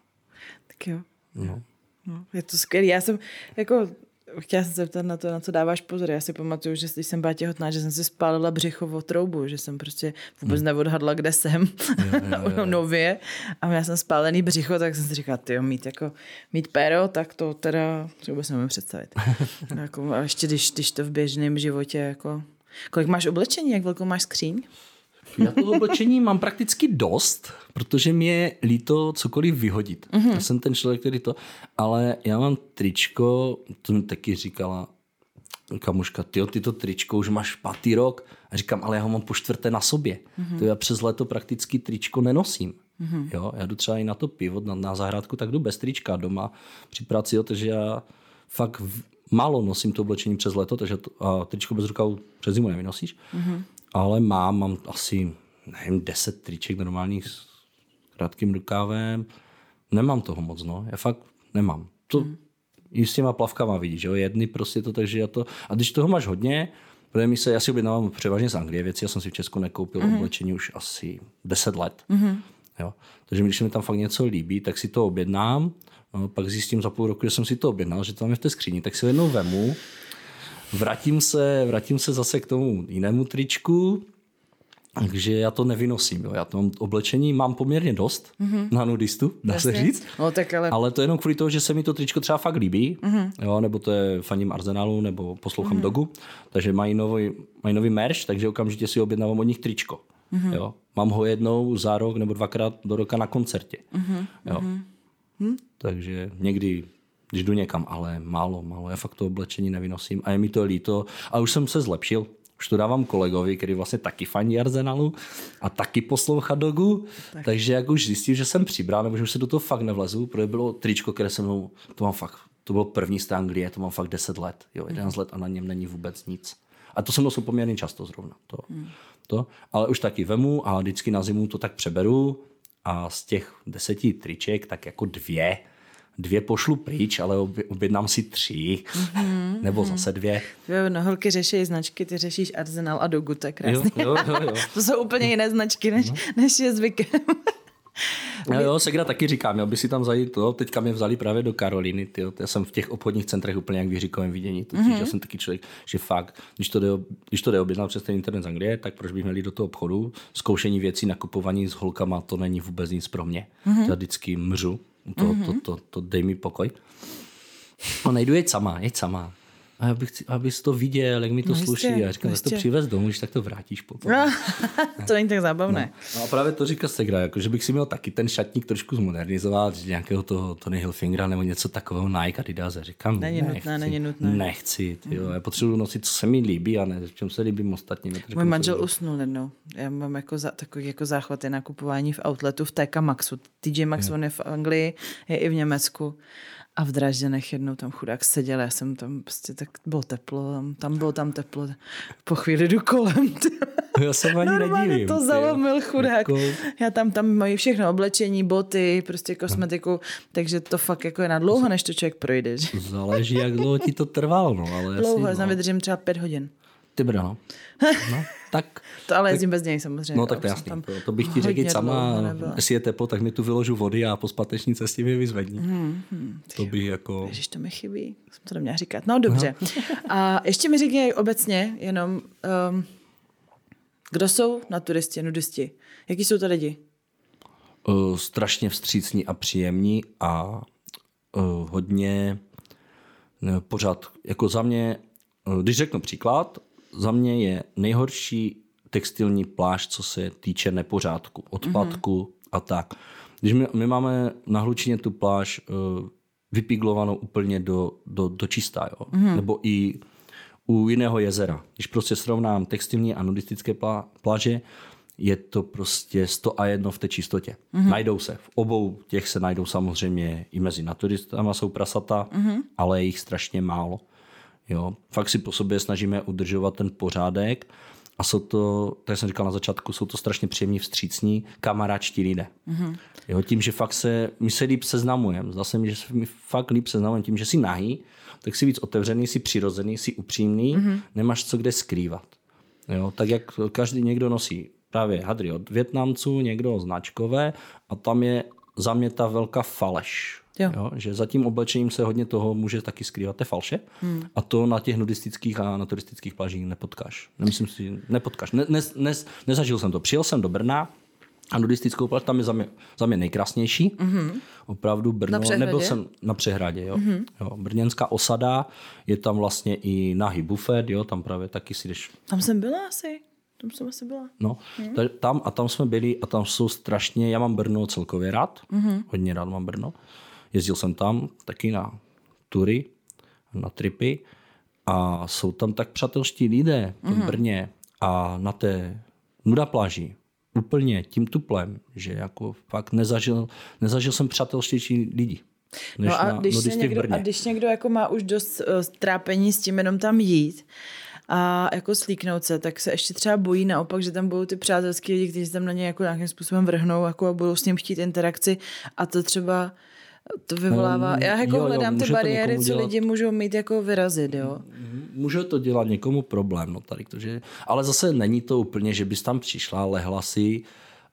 Tak jo. No. No, je to skvělý. Já jsem jako... Chtěla jsem se ptat na to, na co dáváš pozor. Já si pamatuju, že když jsem byla těhotná, že jsem si spálila břichovou troubu, že jsem prostě vůbec hmm. neodhadla, kde jsem jo, jo, jo. nově. A já jsem spálený břicho, tak jsem si říkala, tyjo, mít, jako, mít péro, tak to teda si vůbec nemůžu představit. Jako, a ještě když, když to v běžném životě, jako... Kolik máš oblečení, jak velkou máš skříň? Já to oblečení mám prakticky dost, protože mi je líto cokoliv vyhodit. Mm-hmm. Já jsem ten člověk, který to... Ale já mám tričko, to mi taky říkala kamuška, tyjo, ty to tričko už máš pátý rok. A říkám, ale já ho mám po čtvrté na sobě. Mm-hmm. To já přes léto prakticky tričko nenosím. Mm-hmm. Jo, já jdu třeba i na to pivo, na, na zahrádku, tak jdu bez trička doma při práci, jo, takže já fakt v, málo nosím to oblečení přes léto, takže to, a tričko bez rukavu přes zimu nevynosíš. Mm-hmm. Ale mám, mám asi, nevím, deset triček normálních s krátkým rukávem. Nemám toho moc, no. Já fakt nemám. To mm. i s těma plavkama vidíš, jo. Jedny prostě to, takže já to... A když toho máš hodně, protože mi se, já si objednávám převážně z Anglie věci, já jsem si v Česku nekoupil mm. oblečení už asi deset let. Mm. Jo. Takže když mi tam fakt něco líbí, tak si to objednám. No, pak zjistím za půl roku, že jsem si to objednal, že to mám v té skříni, tak si ho jednou vemu. Vrátím se, vrátím se zase k tomu jinému tričku, takže já to nevynosím. Jo. Já to mám oblečení mám poměrně dost mm-hmm. na nudistu, dá Jasně. se říct. No, tak ale... ale to je jenom kvůli toho, že se mi to tričko třeba fakt líbí, mm-hmm. jo, nebo to je faním Arsenalu, nebo poslouchám mm-hmm. Dogu, takže mají nový, mají nový merch, takže okamžitě si objednávám od nich tričko. Mm-hmm. Jo. Mám ho jednou za rok nebo dvakrát do roka na koncertě. Mm-hmm. Jo. Mm-hmm. Takže někdy... když jdu někam, ale málo, málo. Já fakt to oblečení nevynosím a je mi to líto. A už jsem se zlepšil. Už to dávám kolegovi, který vlastně taky fandí Arsenalu a taky poslouchá Dogu. Tak. Takže jak už zjistil, že jsem přibral, nebo že už se do toho fakt nevlezu, protože bylo tričko, které se mnou, to mám fakt, to bylo první z té Anglie, to mám fakt deset let, jo, jedenáct let a na něm není vůbec nic. A to se mnou jsou poměrně často zrovna. To, hmm. to. Ale už taky vemu a vždycky na zimu to tak přeberu a z těch deseti triček tak jako dvě Dvě pošlu pryč, ale objednám si tři. Mm-hmm, nebo zase dvě. No, holky řeší značky, ty řešíš Arsenal a Dogu, to je krásný. Jo, jo, jo. To jsou úplně jiné značky, než, no. než je zvykem. Jo, jo, Segra taky říkám, měl by si tam zajít to, teďka mě vzali právě do Karoliny, tyjo, já jsem v těch obchodních centrech úplně jak v Jiříkovém vidění, totiž mm-hmm. já jsem taky člověk, že fakt, když to jde, když to jde objednat přes ten internet z Anglie, tak proč bych měl jít do toho obchodu, zkoušení věcí, nakupování s holkama, to není vůbec nic pro mě, mm-hmm. já vždycky mřu, to, mm-hmm. to, to, to, to dej mi pokoj. No nejdu, jeď sama, jeď sama. A já bych, abys to viděl, jak mi to no sluší. Jistě, já říkám, jistě. To přivez domů, když tak to vrátíš potom. No, to není tak zábavné. No. No a právě to říká Segra, jako, že bych si měl taky ten šatník trošku zmodernizovat, že nějakého toho Tony Hilfingera nebo něco takového Nike, Adidas. A říkám, není nechci, nutné, není nutné. Nechci, tyjo. Mm. Já potřebuji nosit, co se mi líbí a ne, v čem se líbím ostatním. Můj manžel usnul jednou. Já mám jako za, takový jako záchvaty na kupování v outletu v T K Maxu. T J Maxx, on je v Anglii, je i v Německu. A v Drážďanech jednou tam chudák seděl, já jsem tam prostě tak bylo teplo, tam, tam bylo tam teplo, po chvíli jdu kolem. Já jsem ani Normálně nedivím. to zalomil chudák. Jako... Já tam, tam mají všechno, oblečení, boty, prostě kosmetiku, no. Takže to fakt jako je na dlouho, než to člověk projde. Že? Záleží, jak dlouho ti to trvalo. No, ale dlouho, asi, já no. vydržím třeba pět hodin. Ty brno. No, tak. To ale tak, jezdím bez něj samozřejmě. No tak to jasně. To, to bych ti řekl sama, jestli je teplo, tak mi tu vyložu vody a po zpáteční cestě mě vyzvedni. Hmm, hmm, to bych jako... Ježiš, to mi chybí. Jsem to neměla říkat. No dobře. No. A ještě mi řekni obecně jenom, um, kdo jsou na turisti, nudisti? Jaký jsou to lidi? Uh, strašně vstřícní a příjemní a uh, hodně ne, pořád, jako za mě, uh, když řeknu příklad, za mě je nejhorší textilní pláž, co se týče nepořádku, odpadku mm-hmm. a tak. Když my, my máme na Hlučíně tu pláž uh, vypiglovanou úplně do, do, do čistá, jo? Mm-hmm. Nebo i u jiného jezera. Když prostě srovnám textilní a nudistické plá, pláže, je to prostě sto a jedno v té čistotě. Mm-hmm. Najdou se. V obou těch se najdou samozřejmě i mezi naturistama jsou prasata, mm-hmm. ale je jich strašně málo. Jo. Fakt si po sobě snažíme udržovat ten pořádek a jsou to, tak jsem říkal na začátku, jsou to strašně příjemní, vstřícní, kamaráčtí lidé. Mm-hmm. Jo, tím, že fakt se, my se líp seznamujeme. Zase mi, že se mi fakt líp seznamujeme tím, že jsi nahý, tak jsi víc otevřený, jsi přirozený, jsi upřímný, mm-hmm. nemáš co kde skrývat. Jo, tak jak každý někdo nosí právě hadry od Vietnamců, někdo značkové a tam je za mě ta velká faleš. Jo. Jo, že za tím oblečením se hodně toho může taky skrývat té falše hmm. a to na těch nudistických a na turistických plážích nepotkáš. Nemyslím si, nepotkáš. Ne, ne, ne, nezažil jsem to. Přijel jsem do Brna a nudistickou pláž, tam je za mě, za mě nejkrásnější. Mm-hmm. Opravdu Brno. Nebyl jsem na Přehradě. Jo. Mm-hmm. Jo, brněnská osada, je tam vlastně i nahý bufet, jo, tam právě taky si jdeš. Tam jsem byla asi. Tam jsem asi byla. No, hmm. t- tam a tam jsme byli a tam jsou strašně, já mám Brno celkově rád, mm-hmm. hodně rád mám Brno. Jezdil jsem tam taky na tury, na tripy a jsou tam tak přátelští lidé v mm-hmm. Brně a na té nuda pláži úplně tím tuplem, že jako fakt nezažil, nezažil jsem přátelštější lidi. Než no a na když, se někdo, a když někdo jako má už dost uh, trápení s tím jenom tam jít a jako slíknout se, tak se ještě třeba bojí naopak, že tam budou ty přátelský lidi, kteří se tam na ně jako nějakým způsobem vrhnou jako a budou s ním chtít interakci a to třeba to vyvolává. Já jako jo, hledám jo, ty bariéry, co dělat... lidi můžou mít jako vyrazit, jo. Může to dělat někomu problém, no tady to, že... ale zase není to úplně, že bys tam přišla, lehla si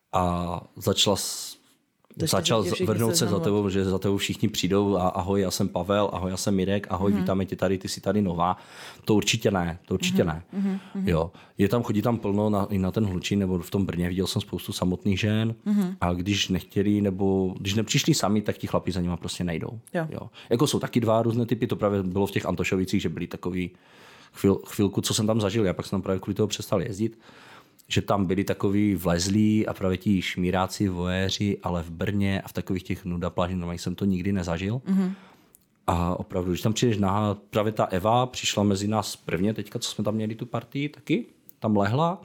a začala s... začal vrhnout se za tebou, že za tebou všichni přijdou a ahoj, já jsem Pavel, ahoj, já jsem Mirek, ahoj, mm-hmm. vítáme tě tady, ty jsi tady nová. To určitě ne, to určitě mm-hmm. ne. Mm-hmm. Jo. Je tam, chodí tam plno na, i na ten Hlučín, nebo v tom Brně viděl jsem spoustu samotných žen mm-hmm. a když nechtěli, nebo když nepřišli sami, tak ti chlapi za nima prostě nejdou. Jo. Jo. Jako jsou taky dva různé typy, to právě bylo v těch Antošovicích, že byli takový chvíl, chvilku, co jsem tam zažil, já pak jsem tam právě kvůli toho přestal jezdit, že tam byli takový vlezlí a právě ti šmíráci, voéři, ale v Brně a v takových těch nuda plážích jsem to nikdy nezažil. Mm-hmm. A opravdu, když tam přijdeš nahá, právě ta Eva přišla mezi nás prvně, teďka, co jsme tam měli tu partii taky, tam lehla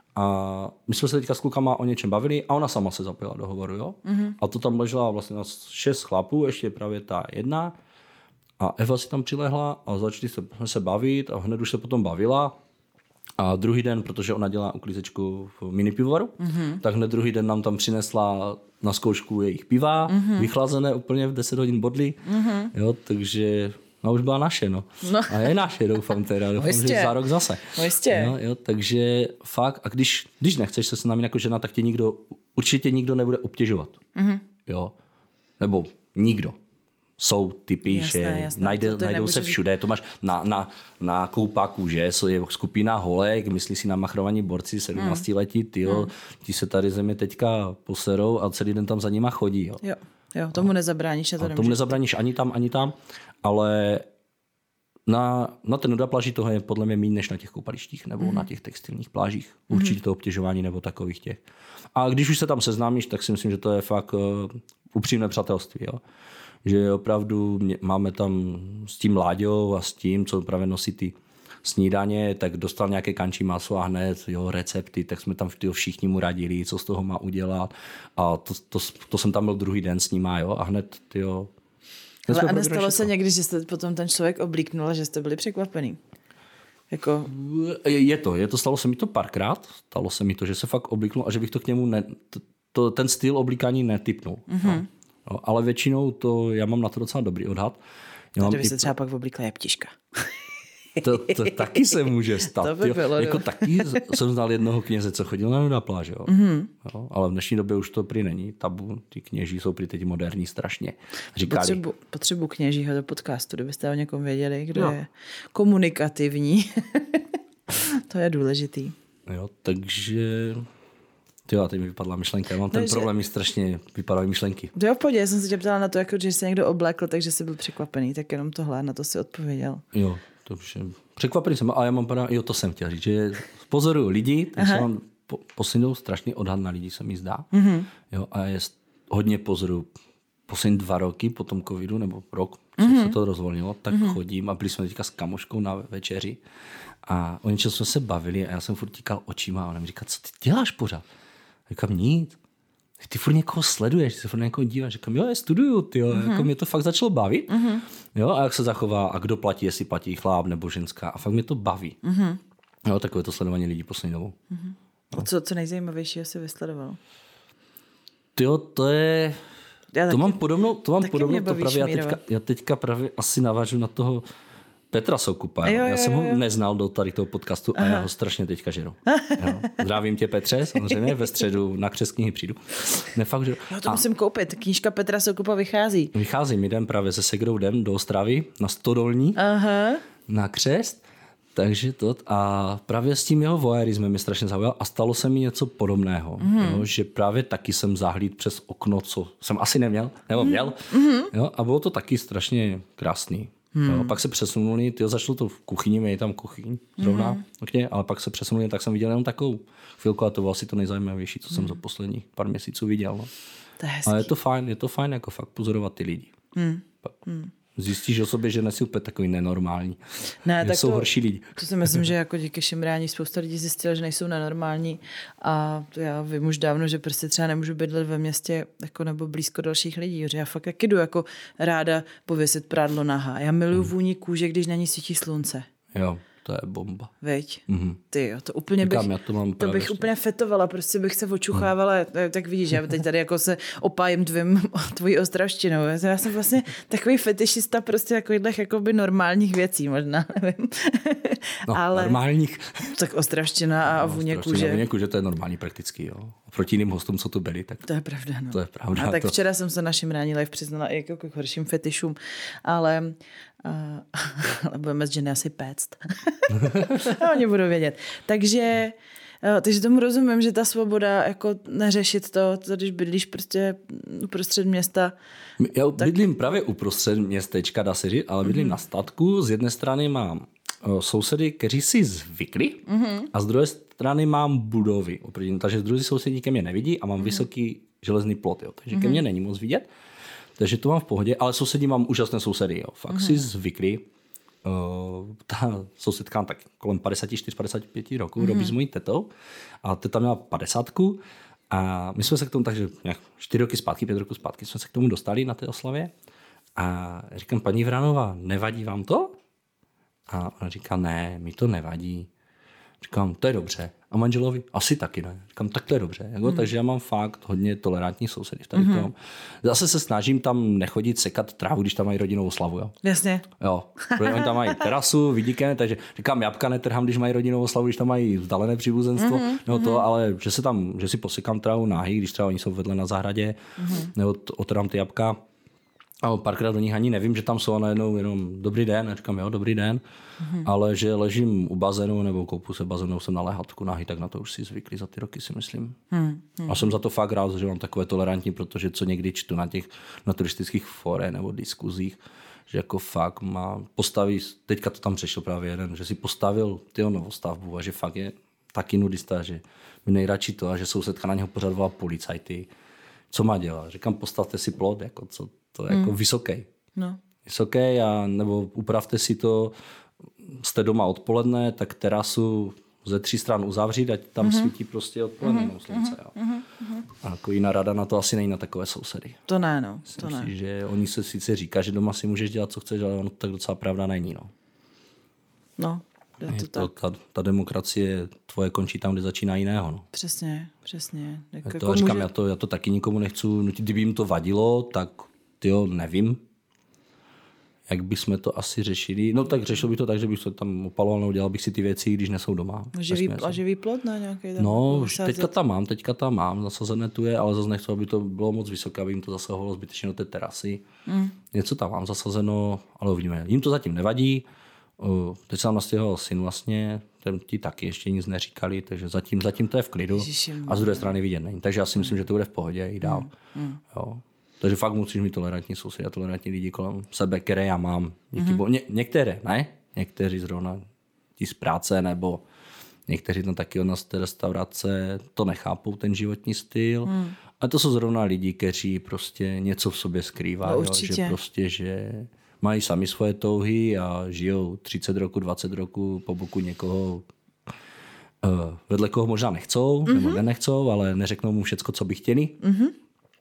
a my jsme se teďka s klukama o něčem bavili a ona sama se zapojila do hovoru, jo. Mm-hmm. A to tam ležela vlastně na šest chlapů, ještě právě ta jedna a Eva si tam přilehla a začali jsme se bavit a hned už se potom bavila. A druhý den, protože ona dělá uklízečku v mini pivovaru, mm-hmm. tak hned druhý den nám tam přinesla na zkoušku jejich piva, mm-hmm. vychlazené úplně v deset hodin bodly, mm-hmm. jo, takže no, už byla naše, no. no. A je naše, doufám teda, doufám, že za rok zase. Jo, jo, takže fakt, a když, když nechceš se s námi jako žena, tak tě nikdo, určitě nikdo nebude obtěžovat, mm-hmm. jo, nebo nikdo. Jsou typy, jasné, že jasné, najde, najdou se všude. Říct. To máš na, na, na koupáku, že je skupina holek, myslí si na machrovaní borci sedmnáctiletí, tyjo, hmm. ti se tady země teďka poserou a celý den tam za nima chodí. Jo, jo, jo tomu nezabráníš. To tomu nezabráníš ani tam, ani tam, ale na, na ten nuda pláži toho je podle mě méně než na těch koupalištích nebo hmm. na těch textilních plážích. Určitě hmm. to obtěžování nebo takových těch. A když už se tam seznámíš, tak si myslím, že to je fakt uh, upřímné přátelství, jo. Že opravdu máme tam s tím Láďou a s tím, co právě nosí ty snídaně, tak dostal nějaké kančí maso a hned jo, recepty, tak jsme tam všichni mu radili, co z toho má udělat a to, to, to jsem tam byl druhý den s nima, jo, a hned tyjo, Ale a nestalo se někdy, že jste potom ten člověk oblíknul a že jste byli překvapený? Jako... Je to, je to, stalo se mi to párkrát, stalo se mi to, že se fakt oblíknul a že bych to k němu, ne, to, to, ten styl oblíkání netypnul. Mm-hmm. No. No, ale většinou to, já mám na to docela dobrý odhad. Já kdyby i... se třeba pak oblíkla jeptiška. To, to taky se může stát. To by bylo, jako taky jsem znal jednoho kněze, co chodil na na pláž. Jo. Mm-hmm. Jo, ale v dnešní době už to prý není tabu. Ty kněží jsou prý teď moderní strašně. Říkali. Potřebu, potřebu kněžího do podcastu, kdybyste o někom věděli, kdo no. je komunikativní. To je důležitý. Jo, takže... Jo, teď mi vypadla myšlenka. Já mám ten no, problém, že... mi strašně vypadají myšlenky. Jo, v pohodě, já jsem se tě ptala na to, jako, že se někdo oblékl, takže jsi byl překvapený, tak jenom tohle, na to si odpověděl. Jo, takže překvapený jsem, ale já mám pana, jo, to jsem chtěl říct, že pozoruju lidi, takže mám po, poslednou strašný odhad na lidi, se mi zdá. Mm-hmm. Jo, a je hodně pozoruju. Poslední dva roky po tom covidu, nebo rok, co mm-hmm. se to rozvolnilo, tak mm-hmm. chodím a byli jsme teďka s kamoškou na večeři a o něčem jsme se bavili a já jsem furt tíkal očima a ona mi říká, co ty děláš pořád? Říkám, nic. Ty furt někoho sleduješ, ty se furt někoho díváš. Říkám, jo, já studuju, tyjo. Mm-hmm. Jako mě to fakt začalo bavit. Mm-hmm. Jo, a jak se zachová a kdo platí, jestli platí chlap nebo ženská. A fakt mě to baví. Mm-hmm. Jo, takové to sledování lidí poslední dobou. Mm-hmm. No. Co, co nejzajímavějšího jsi vysledoval? Tyjo, to je... Já to taky, mám podobnou, to mám podobnou, to právě já teďka, já teďka právě asi navážu na toho Petra Soukupa. Jo, jo, já jsem ho neznal do tady toho podcastu a Aha. já ho strašně teďka žeru. Jo. Zdravím tě, Petře, samozřejmě ve středu na Křest knihy přijdu. Ne, fakt, že... Jo, to a... musím koupit, knížka Petra Soukupa vychází. Vychází, my jdem právě se Segrou jdem do Ostravy na Stodolní, Aha. na Křest, takže to a právě s tím jeho voyeurismem mě strašně zaujal a stalo se mi něco podobného, mm. jo, že právě taky jsem zahlídl přes okno, co jsem asi neměl, nebo měl, mm. jo, a bylo to taky strašně krásný. Hmm. Jo, pak se přesunuli, tyjo, začalo to v kuchyni, mě je tam kuchyň zrovna, hmm. okay, ale pak se přesunuli, tak jsem viděl jenom takovou chvilku a to bylo asi to nejzajímavější, co jsem hmm. za posledních pár měsíců viděl. No. To je ale je to fajn, je to fajn jako fakt pozorovat ty lidi. Hmm. Hmm. Zjistíš o sobě, že nejsi úplně takový nenormální. Ne, tak jsou to, horší lidi. To si myslím, že jako díky šimrání spousta lidí zjistila, že nejsou nenormální a to já vím už dávno, že prostě třeba nemůžu bydlet ve městě jako nebo blízko dalších lidí, že já fakt jak jdu jako ráda pověsit prádlo nahá. Já miluju hmm. vůni kůže, když na ní svítí slunce. Jo. To je bomba. Veď? Mm-hmm. Ty jo, to úplně bych, Říkám, to, mám to bych úplně fetovala, prostě bych se očuchávala, mm. tak vidíš, já teď tady jako se opájím tvým, tvojí ostravštinou. Já jsem vlastně takový fetišista prostě takových jakoby normálních věcí možná, nevím. No, ale normálních. Tak ostravština a no, vůně kůže. Vůně kůže, to je normální prakticky, jo. Proti jiným hostům, co tu byli, tak to je pravda, no. To je pravda. A tak to... včera jsem se našim Rání live přiznala i jako k horším fetišům, ale Uh, ale budeme s Jenny asi péct. A oni budou vědět. Takže, uh, takže tomu rozumím, že ta svoboda jako neřešit to, to když bydlíš prostě uprostřed města. Já tak... bydlím právě uprostřed městečka, dá se říct, ale bydlím mm-hmm. na statku. Z jedné strany mám uh, sousedy, kteří si zvykli mm-hmm. a z druhé strany mám budovy. Takže druhý sousedí ke mně nevidí a mám mm-hmm. vysoký železný plot, jo. Takže mm-hmm. ke mně není moc vidět. Takže to mám v pohodě, ale sousedí mám úžasné sousedy. Jo. Fakt mm-hmm. si zvykli. Uh, ta sousedka tak kolem padesát čtyři padesát pět roků, mm-hmm. robí s mojí tetou. A teta měla padesátku. A my jsme se k tomu, takže nějak čtyři roky zpátky, pět roků zpátky jsme se k tomu dostali na té oslavě. A říkám, paní Vranová, nevadí vám to? A ona říká, ne, mi to nevadí. Říkám, to je dobře. A manželovi? Asi taky ne. Říkám, tak to je dobře. Jako, mm. Takže já mám fakt hodně tolerantní sousedy. Tady mm-hmm. Zase se snažím tam nechodit sekat trávu, když tam mají rodinnou oslavu. Jo. Jasně. Jo. Protože oni tam mají terasu, vidíkem, takže říkám, jabka netrhám, když mají rodinnou oslavu, když tam mají vzdálené příbuzenstvo. Mm-hmm. No to, ale že se tam, že si posekám trávu náhy, když třeba oni jsou vedle na zahradě, mm-hmm. nebo otrám ty jabka. A párkrát do nich ani nevím, že tam jsou a najednou jenom dobrý den. A říkám, jo, dobrý den. Mm-hmm. Ale že ležím u bazénu nebo koupu se bazénu, jsem na léhatku nahy, tak na to už si zvykli za ty roky, si myslím. Mm-hmm. A jsem za to fakt rád, že mám takové tolerantní, protože co někdy čtu na těch na turistických forech nebo diskuzích, že jako fakt má postaví, teďka to tam řešil právě jeden, že si postavil tyho novostavbu a že fakt je taky nudista, že mi nejradši to a že sousedka na něho pořád volá policajty. Co má dělat? Říkám, postavte si plot, jako co to je jako mm. vysoký. No. Vysoký a nebo upravte si to, jste doma odpoledne, tak terasu ze tří stran uzavřít, ať tam mm-hmm. svítí prostě odpoledne mm-hmm. slunce. Jo. Mm-hmm. A jako jiná rada na to asi není na takové sousedy. To ne, no. Myslím to ne. si, že oni se sice říká, že doma si můžeš dělat, co chceš, ale ono to tak docela pravda není. No, no je to, je to tak. Ta, ta demokracie tvoje končí tam, kde začíná jiného. No. Přesně, přesně. Jak jako to říkám, může... já, to, já to taky nikomu nechci nutit. Kdyby jim to vadilo, tak tyjo, nevím, jak bychom to asi řešili. No tak řešil bych to tak, že bych se tam opaloval, nebo dělal bych si ty věci, když nejsou doma. Živý, a živý plot, ne? Nějaký tam no, teďka tam mám, teďka tam mám, zasazené tu je, ale zase nechci, aby to bylo moc vysoké, aby jim to zasahovalo zbytečně do té terasy. Mm. Něco tam mám zasazeno, ale uvidíme. Jim to zatím nevadí. Teď jsem nastěhoval syn vlastně, ten ti taky ještě nic neříkali, takže zatím, zatím to je v klidu. Ježiši, a z druhé strany vidět není. Takže já si myslím, že to bude v pohodě i dál. Mm. Mm. Jo. Takže fakt musíš mít tolerantní sousedy a tolerantní lidi kolem sebe, které já mám. Díky mm-hmm. Ně, některé, ne? Někteří zrovna ti z práce, nebo někteří tam taky od nás té restaurace to nechápou, ten životní styl. Mm. A to jsou zrovna lidi, kteří prostě něco v sobě skrývají. No, že prostě, že mají sami svoje touhy a žijou třicet roku, dvacet roku po boku někoho, vedle koho možná nechcou, mm-hmm. nebo nenechcou, ale neřeknou mu všecko, co by chtěli. Mm-hmm.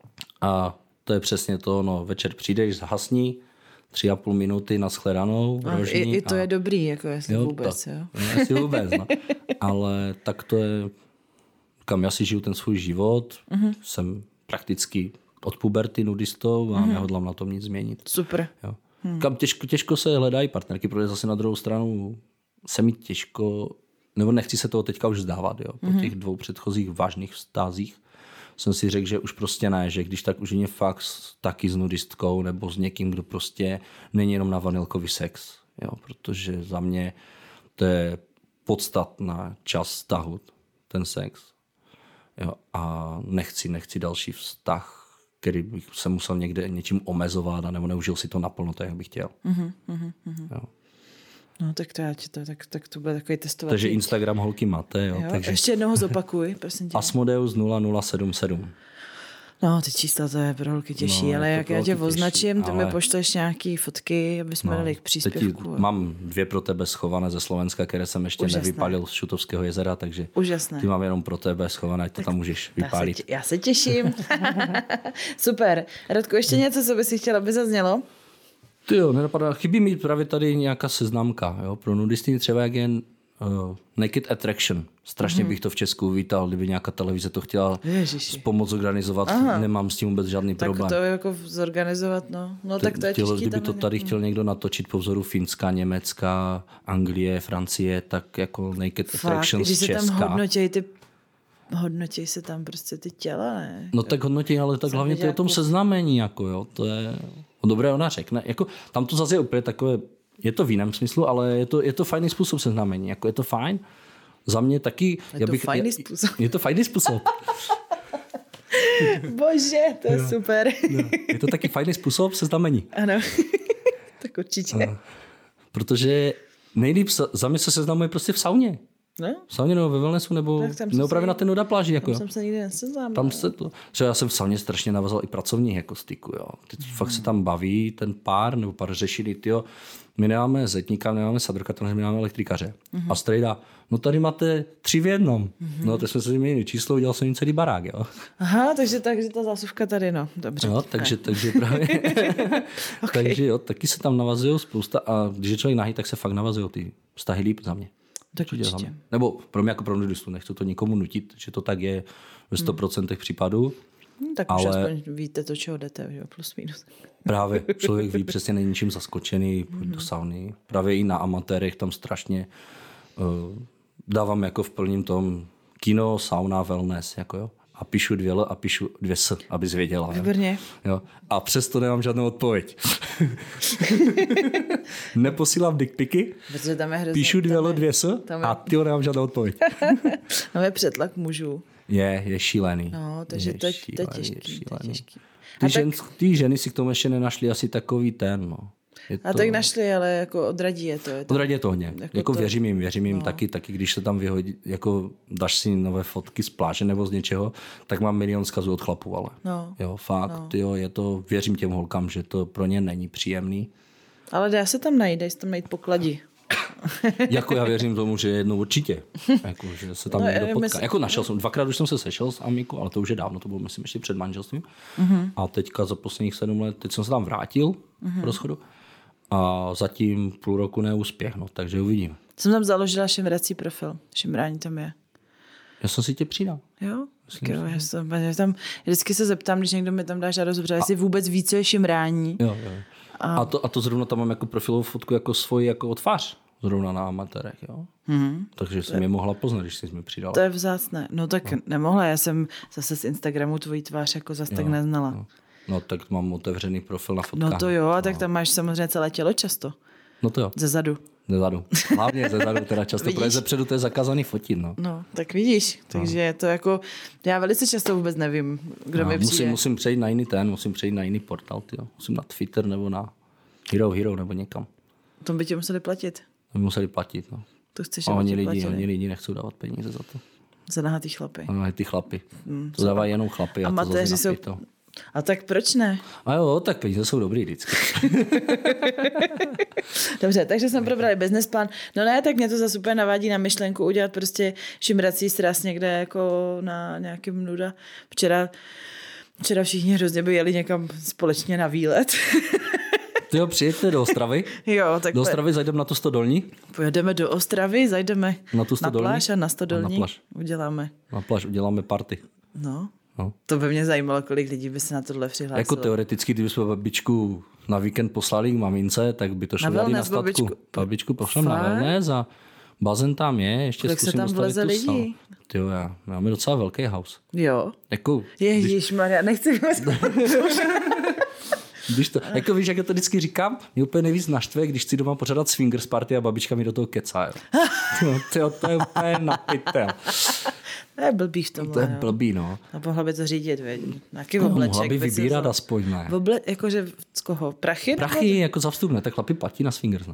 A to je přesně to, no, večer přijdeš, zhasní, tři a půl minuty na shledanou. I, I to a... je dobrý, jako jestli jo, vůbec. To, jo. Jestli vůbec, no. Ale tak to je, kam já si žiju ten svůj život, uh-huh. jsem prakticky od puberty nudistou a uh-huh. nehodlám na tom nic změnit. Super. Jo. Hmm. Kam těžko, těžko se hledají partnerky, protože zase na druhou stranu se mi těžko, nebo nechci se toho teďka už vzdávat, jo, po uh-huh. těch dvou předchozích vážných vztazích. Jsem si řekl, že už prostě ne, že když tak už je fakt taky s nudistkou nebo s někým, kdo prostě není jenom na vanilkový sex. Jo, protože za mě to je podstatná část vztahu, ten sex. Jo, a nechci, nechci další vztah, který bych se musel někde něčím omezovat a nebo neužil si to naplno, tak jak bych chtěl. Mm-hmm, mm-hmm. Jo. No tak to já ti to, tak, tak to bude takový testovací. Takže Instagram holky máte. Jo, jo, takže... Ještě jednoho zopakuj, prosím tě. Asmodeus nula nula sedm sedm. No, ty čísla to je pro holky těžší, no, ale jak já tě označím, ty ale... mi pošleš nějaký fotky, aby jsme no, dali k příspěvku. A... Mám dvě pro tebe schované ze Slovenska, které jsem ještě Užasné. nevypálil z Šutovského jezera, takže Užasné. ty mám jenom pro tebe schované, ať to tak tam můžeš vypálit. Se tě... Já se těším. Super. Radku, ještě něco, co bys si chtěla, aby zaznělo? Ty jo, nenapadá. Chybí mi právě tady nějaká seznamka. Jo? Pro nudisty třeba jak jen uh, Naked Attraction. Strašně mm-hmm. bych to v Česku uvítal, kdyby nějaká televize to chtěla s pomoc organizovat. Aha. Nemám s tím vůbec žádný tak problém. Tak to jako zorganizovat, no. No tak to je chtěl, těžký. Kdyby to tady chtěl někdo natočit po vzoru Finska, Německa, Anglie, Francie, tak jako Naked Fakt, Attraction z Česka. Když se tam hodnotějí ty hodnotí se tam prostě ty těla, ne? No tak hodnotí, ale tak hlavně to je o tom seznamení, jako jo, to je dobré, ona řekne, jako tam to zase je úplně takové, je to v jiném smyslu, ale je to, je to fajný způsob seznamení, jako je to fajn, za mě taky. Je já to bych, fajný způsob. Je to fajný způsob. Bože, to je no, super. No. Je to taky fajný způsob seznamení. Ano, tak určitě. No. Protože nejlíp za mě se seznamuje prostě v sauně. No? V sauně nebo ve wellnessu, nebo, nebo právě se, na té nuda pláži. Jako, tam jsem se nikdy neseznamil. Tam se to, že já jsem v sauně strašně navazal i pracovních jako styku. Jo. Teď hmm. fakt se tam baví ten pár, nebo pár řešili, tyjo, my nemáme zetníka, nemáme sadrka, my nemáme elektrikaře. Hmm. A strejda, no tady máte tři v jednom. Hmm. No teď jsme se změnili číslo, udělal jsem jim celý barák. Jo. Aha, takže, takže ta zásuvka tady, no. Dobře. No, takže, takže právě, okay. takže jo, taky se tam navazují spousta a když je člověk nahý, tak se fakt navazují ty vztahy líp za mě. Tak určitě. Nebo pro mě jako pro nudistu, nechci to nikomu nutit, že to tak je ve sto procent hmm. případů. Hmm, tak ale... už aspoň víte to, čeho jdete, že? Plus minus. Právě, člověk ví, přesně není ničím zaskočený, pojď hmm. do sauny. Právě i na amatérech tam strašně uh, dávám jako v plním tom kino, sauna, wellness, jako jo. A píšu dvě L a píšu dvě S, abys věděla. Výborně. Jo. A přesto nemám žádnou odpověď. Neposílám dickpiky, píšu dvě L, dvě S je... a ty nemám žádnou odpověď. Tam je přetlak mužů. Je, je šílený. No, takže to, šílený, to je těžký. To je těžký. Ty, tak... žen, ty ženy si k tomu ještě nenašly asi takový ten, no. Je a to... tak našli, ale jako odradí je to. Je to... Odradí je to hodně. Jako, jako to... věřím jim, věřím jim no. taky, taky, když se tam vyhodí, jako dáš si nové fotky z pláže nebo z něčeho, tak mám milion zkazů od chlapů, ale no. jo, fakt, no. Tyjo, je to, věřím těm holkám, že to pro ně není příjemný. Ale dá se tam najít, dá se tam najít pokladí. Jako já věřím tomu, že jednou určitě. Jako, že se tam no, někdo potká. mysl... Jako našel jsem, dvakrát už jsem se sešel s Amikou, ale to už je dávno, to bylo myslím ještě před manželstvím. Mm-hmm. A teďka za posledních sedm let, teď jsem se tam vrátil mm-hmm. po rozchodu a zatím půl roku neúspěch, no, takže uvidíme. Jsem tam založila šimrací profil, šimrání tam je. Já jsem si tě přidal. Jo? Tak jo, já jsem, já tam, vždycky se zeptám, když někdo mi tam dá žádost, protože jestli vůbec ví, co je šimrání. Jo, jo. A, a, to, a to zrovna tam mám jako profilovou fotku jako svoji jako tvář. Zrovna na amatérech, jo. Mm-hmm. Takže jsem je mohla poznat, když jsi mi přidala. To je vzácné. No tak no. nemohla, já jsem zase z Instagramu tvojí tvář jako zase jo, tak neznala. No. no tak mám otevřený profil na fotkách. No to jo, a no. tak tam máš samozřejmě celé tělo často. No to jo. Ze zadu. Ze zadu. Hlavně ze zadu teda často, protože ze předu to je zakázaný fotit, no. No, tak vidíš. Takže je to jako, já velice často vůbec nevím, kdo no, mi přijde. Musím, musím přejít na jiný ten, musím přejít na jiný portál, tyjo. Musím na Twitter nebo na Hero Hero nebo někam. To by tě museli platit. To by museli platit, no. To chceš, a oni lidi, oni lidi nechcou dávat peníze za to. Za nahatý chlapy. No, ty chlapy. Hmm, to dávají jenom chlapy. A, a to zase jsou... To. A tak proč ne? A jo, tak peníze jsou dobrý vždycky. Dobře, takže jsme probrali business plán. No ne, tak mě to zase úplně navádí na myšlenku udělat prostě šimrací sraz někde jako na nějakém nuda. Včera, včera všichni hrozně by jeli někam společně na výlet. Ty jo, přijeďte do Ostravy. Jo, tak do Ostravy zajdeme na tu Stodolní. Pojedeme do Ostravy, zajdeme na, tu na pláž a na Stodolní. A na pláž. Uděláme. Na pláž uděláme party. No. No. To by mě zajímalo, kolik lidí by se na tohle přihlásilo. Jako teoreticky, kdybychom babičku na víkend poslali k mamince, tak by to šlo na, na statku. Babičku, babičku pošlem na wellness a bazén tam je. Ještě kolik se tam vleze lidí? Tyjo, já, máme docela velký house. Jo. Jako, Ježišmarja, nechci Když to, jako víš, jak já to vždycky říkám, mě úplně nejvíc naštve, když chci doma pořádat swingers party a babička mi do toho kecá. Jo. to, to je úplně napitel. To je blbý v tomhle. To je blbý, no. A mohla by to řídit, věď. Nějaký obleček. Mohla by vybírat aspoň, ne. Oble, jakože z koho? Prachy? Prachy nebo? Jako za vstup, ne? Tak chlapi platí na swingers, ne?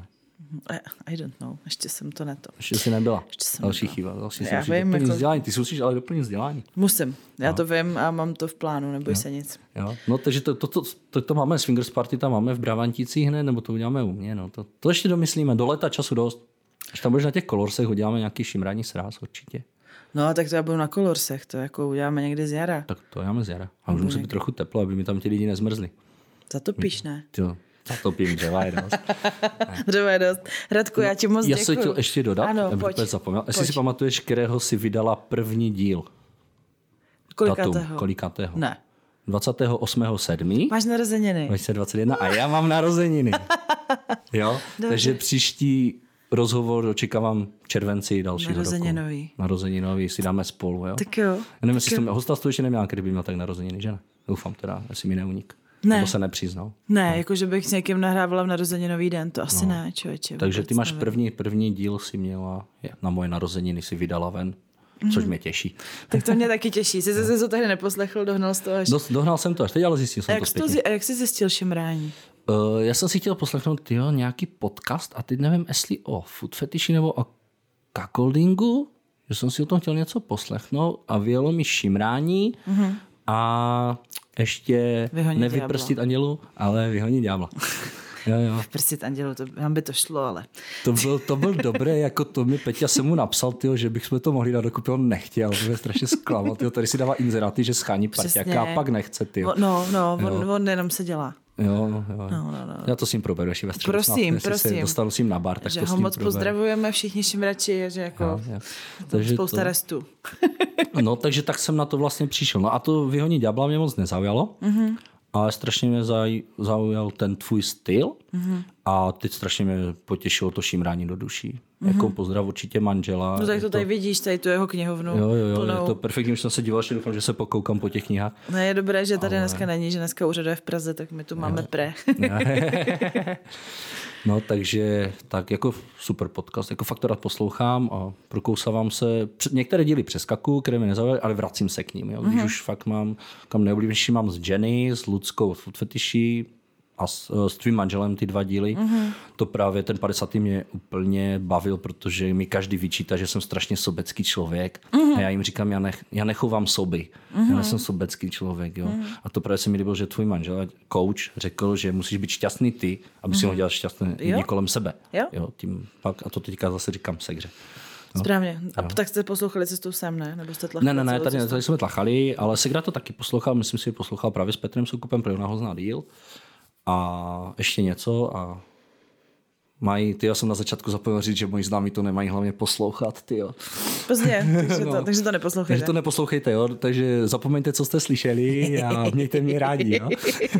I don't know. Ještě jsem to neto. Ještě jsi nebyla. Ještě jsem další nebyla. chyba. Další já vím, doplnit jako... vzdělání. Ty si musíš ale doplnit vzdělání. Musím. Já no. to vím a mám to v plánu, neboj no. se nic. Jo. No takže to, to, to, to, to máme swingers party, tam máme v Bravantících hned, nebo to uděláme u mě. No. To, to ještě domyslíme. Do léta času dost. Až tam budeš na těch kolorsech, uděláme nějaký šimrání sráz určitě. No, tak to já budu na kolorsech, to jako uděláme někdy z jara. Tak to uděláme z jara. A může musí být trochu teplo, aby mi tam ti lidi nezmrzli. Zatopíš, ne? Jo, zatopím, dřeva je dost. Dřeva je dost. Radku, no, já ti moc děkuju. Já se chtěl ještě dodat, ano, abych pojď, zapomněl. Jestli si pamatuješ, kterého si vydala první díl? Kolikátého? Datum, kolikátého? Ne. dvacátého osmého sedmého Máš narozeniny. dva tisíce dvacet jedna a já mám narozeniny. Jo, Dobře. Takže příští rozhovor očekávám v červenci dalšího narozeninový. roku. Narozeninový. Si dáme spolu, jo? Tak jo. Já nevím, jestli jsem hostelství ještě neměla, kdyby měl tak narozeniny, že ne? Doufám teda, jestli mi neunik. Ne. Nebo se nepřiznal. Ne, no. Jako že bych s někým nahrávala v narozeninový den, to asi no. ne, člověče. Takže ty máš první, první díl si měla, na moje narozeniny si vydala ven, což mě těší. Tak to mě taky těší. Jsi se to tehdy neposlechl, dohnal jsi to až. Do, dohnal jsem to až teď, ale zjistil jsem a to zpětně. A jak jsi zjistil šimrání? Uh, já jsem si chtěl poslechnout tyjo, nějaký podcast a teď nevím, jestli o food fetiši nebo o cuckoldingu, že jsem si o tom chtěl něco poslechnout a vyjelo mi šimrání mm-hmm. a ještě vyhonit nevyprstit andělu, ale vyhonit ďábla. Jo, jo. Vyprstit andělu, to, nám by to šlo, ale... To byl, to byl dobré, jako to mi Peťa jsem mu napsal, tyjo, že bychom to mohli dát dokupy, on nechtěl, to je strašně zklamal, tyjo, tady si dává inzeráty, že schání parťáka a pak nechce, tyjo. No, no, on, on jenom se dělá. Jo, jo. No, no, no. Já to s ním proberu ještě ve středu. Prosím, snad, prosím. Se dostanu s ním na bar, tak že to s ho ním moc proberu. Pozdravujeme všichni šimrači, že jako jo, jo. Takže spousta to... restů. No, takže tak jsem na to vlastně přišel. No a to vyhonit ďábla mě moc nezaujalo, mm-hmm. ale strašně mě zaj, zaujal ten tvůj styl mm-hmm. a teď strašně mě potěšilo to šimrání do duší. Mm-hmm. Jako pozdrav určitě manžela. No tak to tady to... vidíš, tady tu jeho knihovnu. Jo, jo, jo, plnou. je to perfektní, už jsem se díval, ještě doufám, že se pokoukám po těch knihách. No je dobré, že tady ale... dneska není, že dneska úřaduje v Praze, tak my tu máme jo. pre. No takže tak jako super podcast, jako fakt to rád poslouchám a prokousávám se, některé díly přeskakuju, které mi nezaujaly, ale vracím se k ním, jo? Když mm-hmm. už fakt mám, kam nejoblíbenější mám s Jenny, s Ludskou, s Food Fetiší, a s, s tvým manželem ty dva díly, mm-hmm. to právě ten padesátý mě úplně bavil, protože mi každý vyčítá, že jsem strašně sobecký člověk mm-hmm. a já jim říkám, já, nech, já nechovám soby, mm-hmm. já nejsem sobecký člověk. Jo. Mm-hmm. A to právě se mi líbilo, že tvůj manžel, coach, řekl, že musíš být šťastný ty, aby mm-hmm. si mohl dělat šťastný lidi kolem sebe. Jo? Jo, tím pak, a to teďka zase říkám segře. No. Správně. A jo. Tak jste poslouchali cestou sem, ne? Nebo jste tlachali? Ne, ne, ne, tady, tady jsme tlachali, ale Segra to taky poslouchal, myslím si, že poslouchal právě s Petrem Soukupem, protože ona ho zná díl. A ještě něco a mají, ty já jsem na začátku zapomněl říct, že moji známí to nemají hlavně poslouchat, ty jo. Pozdě, takže, no. to, takže to neposlouchejte. Takže to neposlouchejte, jo, takže zapomeňte, co jste slyšeli a mějte mě rádi, jo.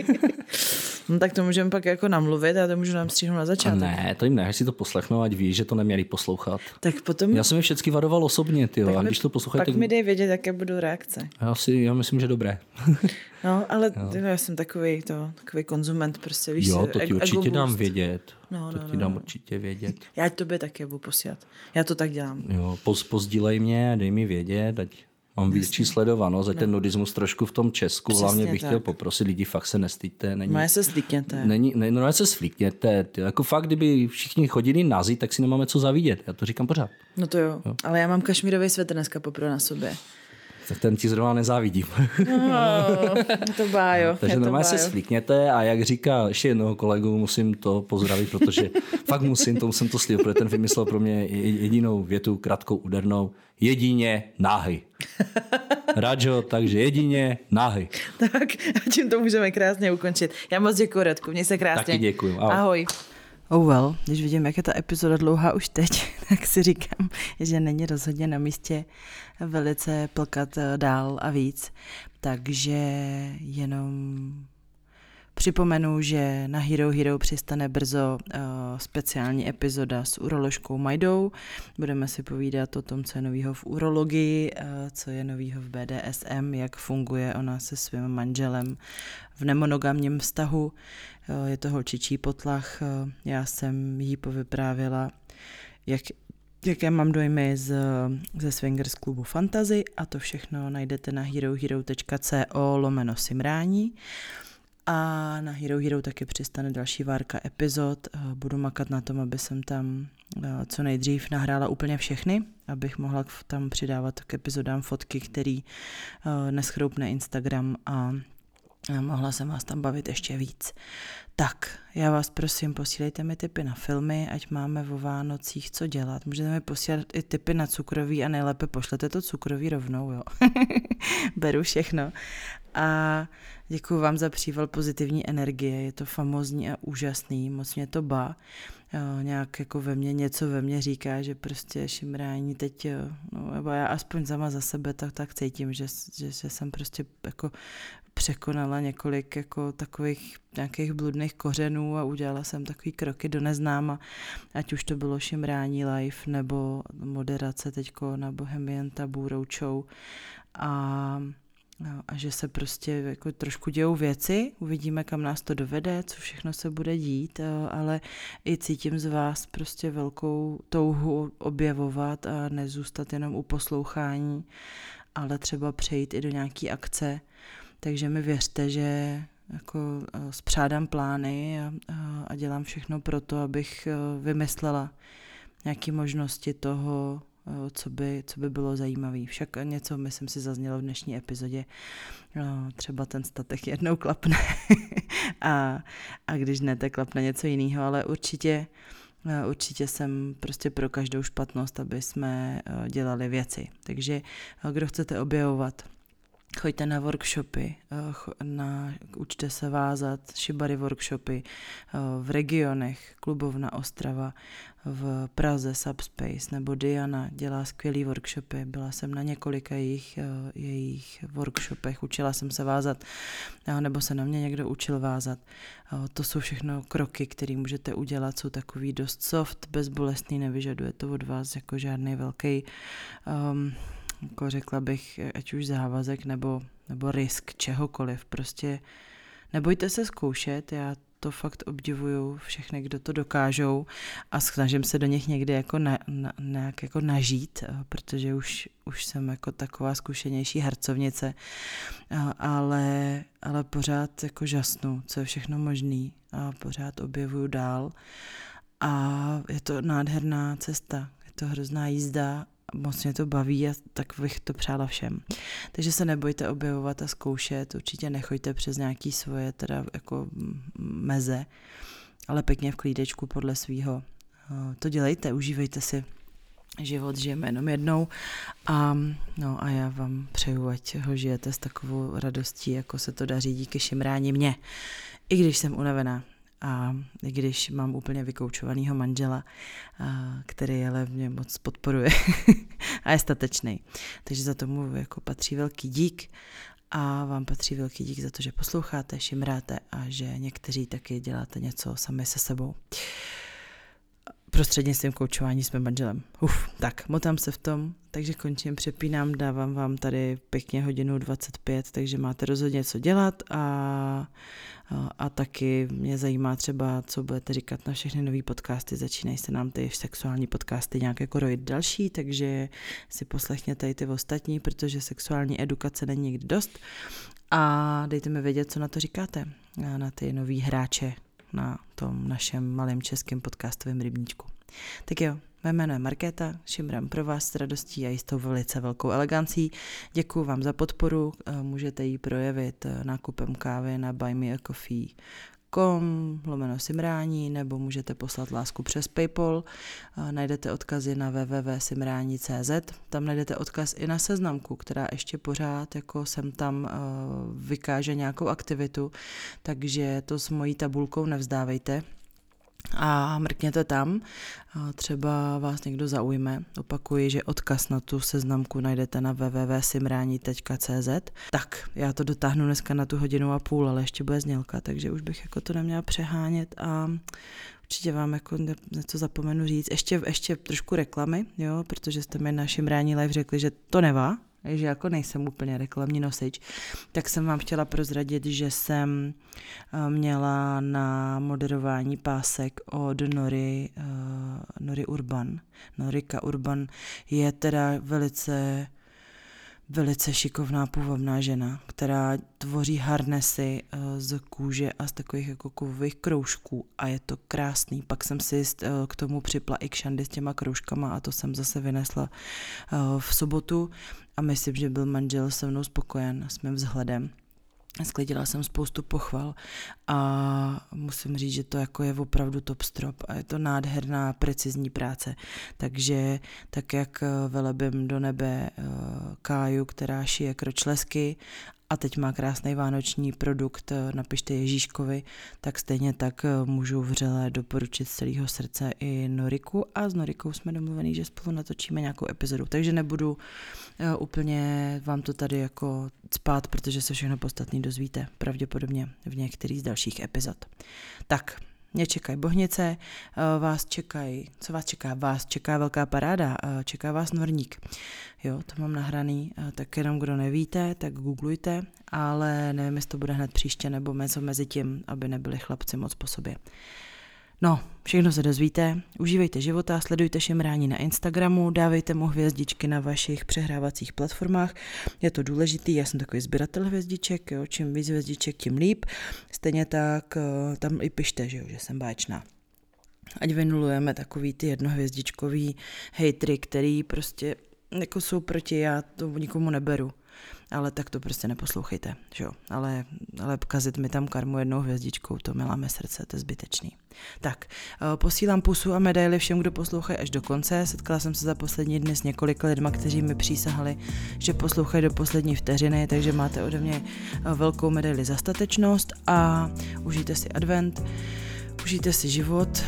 No tak to můžeme pak jako namluvit a to můžu nám stříhnout na začátek. Ne, to jim ne, až si to poslechnou, ať ví, že to neměli poslouchat. Tak potom... Já jsem je všechny varoval osobně, ty jo, a když to poslouchají... Pak mi dej vědět, jaké budou reakce. Já si, já myslím, že dobré. No, ale tyjo, já jsem takový, to, takový konzument, prostě víš... Jo, to ti určitě dám vědět. No, to no, ti no, dám no. určitě vědět. Já tobě taky budu posílat. Já to tak dělám. Jo, poz, pozdílej mě, dej mi vědět, ať mám větší sledovanost, ať no. ten nudismus trošku v tom Česku. Přesně hlavně bych tak. chtěl poprosit lidi, fakt se nestýďte. Není, no, se slíkněte. Není, ne, no, se slíkněte. Jako fakt, kdyby všichni chodili nazí, tak si nemáme co zavidět. Já to říkám pořád. No to jo, jo. Ale já mám kašmírový svetr dneska poprvé na sobě. Tak ten ti zrovna nezávidím. Oh, to bájo. No, takže normálně se slíkněte a jak říká ještě jednoho kolegu, musím to pozdravit, protože fakt musím, tomu jsem to slíbil, protože ten vymyslel pro mě jedinou větu, krátkou, údernou, jedině náhy. Radžo, takže jedině náhy. Tak a tím to můžeme krásně ukončit. Já moc děkuji, Radku, měj se krásně. Taky děkuji. Ahoj. Ahoj. Oh well, když vidím, jak je ta epizoda dlouhá už teď, tak si říkám, že není rozhodně na místě velice plkat dál a víc. Takže jenom připomenu, že na Hero Hero přistane brzo uh, speciální epizoda s uroložkou Majdou. Budeme si povídat o tom, co je novýho v urologii, uh, co je novýho v B D S M, jak funguje ona se svým manželem v nemonogamním vztahu. Uh, je to holčičí potlach. Uh, já jsem jí povyprávěla, jak jaké mám dojmy z, ze Swingers klubu Fantasy a to všechno najdete na herohero.co lomeno simrání. A na Hero Hero taky přistane další várka epizod. Budu makat na tom, aby jsem tam co nejdřív nahrála úplně všechny, abych mohla tam přidávat k epizodám fotky, který neschroupne Instagram a mohla jsem vás tam bavit ještě víc. Tak, já vás prosím, posílejte mi tipy na filmy, ať máme o Vánocích co dělat. Můžete mi posílat i tipy na cukroví a nejlépe pošlete to cukroví rovnou, jo. Beru všechno. A děkuji vám za příval pozitivní energie, je to famózní a úžasný, moc mě to bá. Nějak jako ve mně něco ve mně říká, že prostě šimrání teď, no, nebo já aspoň sama za sebe tak, tak cítím, že, že, že jsem prostě jako překonala několik jako takových nějakých bludných kořenů a udělala jsem takový kroky do neznáma, ať už to bylo šimrání live nebo moderace teďko na Bohemian Tabu Roadshow a No, a že se prostě jako trošku dějou věci, uvidíme, kam nás to dovede, co všechno se bude dít, ale i cítím z vás prostě velkou touhu objevovat a nezůstat jenom u poslouchání, ale třeba přejít i do nějaký akce, takže mi věřte, že jako spřádám plány a, a, a dělám všechno pro to, abych vymyslela nějaké možnosti toho, co by, co by bylo zajímavé. Však něco, myslím si, zaznělo v dnešní epizodě. Třeba ten statek jednou klapne a, a když ne, tak klapne něco jiného, ale určitě, určitě jsem prostě pro každou špatnost, aby jsme dělali věci. Takže kdo chcete objevovat, choďte na workshopy, na, učte se vázat, shibari workshopy v regionech, klubovna Ostrava, v Praze Subspace nebo Diana dělá skvělý workshopy, byla jsem na několika jejich, jejich workshopech, učila jsem se vázat, nebo se na mě někdo učil vázat. To jsou všechno kroky, které můžete udělat, jsou takový dost soft, bezbolestný, nevyžaduje to od vás jako žádný velký um, jako řekla bych, ať už závazek nebo, nebo risk čehokoliv, prostě nebojte se zkoušet, já to fakt obdivuju všechny, kdo to dokážou a snažím se do nich někdy jako na, na, nějak jako nažít, protože už, už jsem jako taková zkušenější harcovnice, ale, ale pořád jako žasnu, co je všechno možný a pořád objevuju dál a je to nádherná cesta, je to hrozná jízda, moc mě to baví a tak bych to přála všem. Takže se nebojte objevovat a zkoušet, určitě nechoďte přes nějaký svoje teda jako meze, ale pěkně v klídečku podle svýho. To dělejte, užívejte si život, žijeme jenom jednou a, no a já vám přeju, ať ho žijete s takovou radostí, jako se to daří díky šimrání mě, i když jsem unavená. A i když mám úplně vykoučovanýho manžela, který ale mě moc podporuje a je statečný. Takže za tomu jako patří velký dík a vám patří velký dík za to, že posloucháte, šimráte a že někteří taky děláte něco sami se sebou. Prostřednictvím koučování s mým manželem. Uf, tak, motám se v tom, takže končím, přepínám, dávám vám tady pěkně hodinu dvacet pět, takže máte rozhodně co dělat a, a, a taky mě zajímá třeba, co budete říkat na všechny nový podcasty, začínají se nám ty sexuální podcasty nějak jako rojit další, takže si poslechněte i ty ostatní, protože sexuální edukace není nikdy dost a dejte mi vědět, co na to říkáte, na ty nový hráče na tom našem malém českém podcastovém rybníčku. Tak jo, mé jméno je Markéta, šimrám pro vás s radostí a jistou velice velkou elegancí. Děkuju vám za podporu, můžete ji projevit nákupem kávy na buy me a coffee tečka com lomeno simrání, nebo můžete poslat lásku přes PayPal. Najdete odkazy na w w w tečka simrání tečka c z. Tam najdete odkaz i na seznamku, která ještě pořád jako sem tam vykáže nějakou aktivitu, takže to s mojí tabulkou nevzdávejte. A mrkněte tam, třeba vás někdo zaujme. Opakuji, že odkaz na tu seznamku najdete na w w w tečka simrání tečka c z. Tak, já to dotáhnu dneska na tu hodinu a půl, ale ještě bude znělka, takže už bych jako to neměla přehánět a určitě vám jako něco zapomenu říct. Ještě, ještě trošku reklamy, jo, protože jste mi na Šimrání live řekli, že to nevá, že jako nejsem úplně reklamní nosič, tak jsem vám chtěla prozradit, že jsem měla na moderování pásek od Nory, uh, Nory Urban. Norika Urban je teda velice, velice šikovná půvabná žena, která tvoří harnesy uh, z kůže a z takových jako kovových kroužků a je to krásný. Pak jsem si uh, k tomu připla i kšandy s těma kroužkama a to jsem zase vynesla uh, v sobotu. A myslím, že byl manžel se mnou spokojen s mým vzhledem. Sklidila jsem spoustu pochval a musím říct, že to jako je opravdu top strop a je to nádherná, precizní práce. Takže tak jak velebím do nebe Káju, která šije kročlesky a teď má krásný vánoční produkt, napište Ježíškovi, tak stejně tak můžu vřele doporučit z celého srdce i Noriku a s Norikou jsme domluvený, že spolu natočíme nějakou epizodu, takže nebudu úplně vám to tady jako cpát, protože se všechno podstatný dozvíte pravděpodobně v některých z dalších epizod. Tak, mě čekají bohnice, vás čekají, co vás čeká? Vás čeká velká paráda, čeká vás Norník. Jo, to mám nahraný, tak jenom kdo nevíte, tak googlujte, ale nevím, jestli to bude hned příště nebo něco mezi tím, aby nebyli chlapci moc po sobě. No, všechno se dozvíte, užívejte života, sledujte Šimrání na Instagramu, dávejte mu hvězdičky na vašich přehrávacích platformách, je to důležitý, já jsem takový sběratel hvězdiček, jo, čím víc hvězdiček, tím líp, stejně tak tam i pište, že, jo, že jsem báječná. Ať vynulujeme takový ty jednohvězdičkový hejtry, který prostě jako jsou proti, já to nikomu neberu. Ale tak to prostě neposlouchejte, že jo. Ale, ale kazit mi tam karmu jednou hvězdičkou, to mi láme srdce, to je zbytečný. Tak, posílám pusu a medaily všem, kdo poslouchají až do konce. Setkala jsem se za poslední dny s několika lidma, kteří mi přísahali, že poslouchají do poslední vteřiny, takže máte ode mě velkou medaili za statečnost a užijte si advent, užijte si život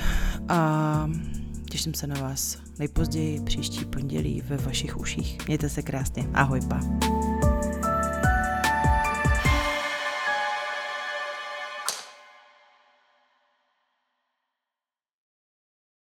a těším se na vás nejpozději příští pondělí ve vašich uších. Mějte se krásně. Ahoj, pa.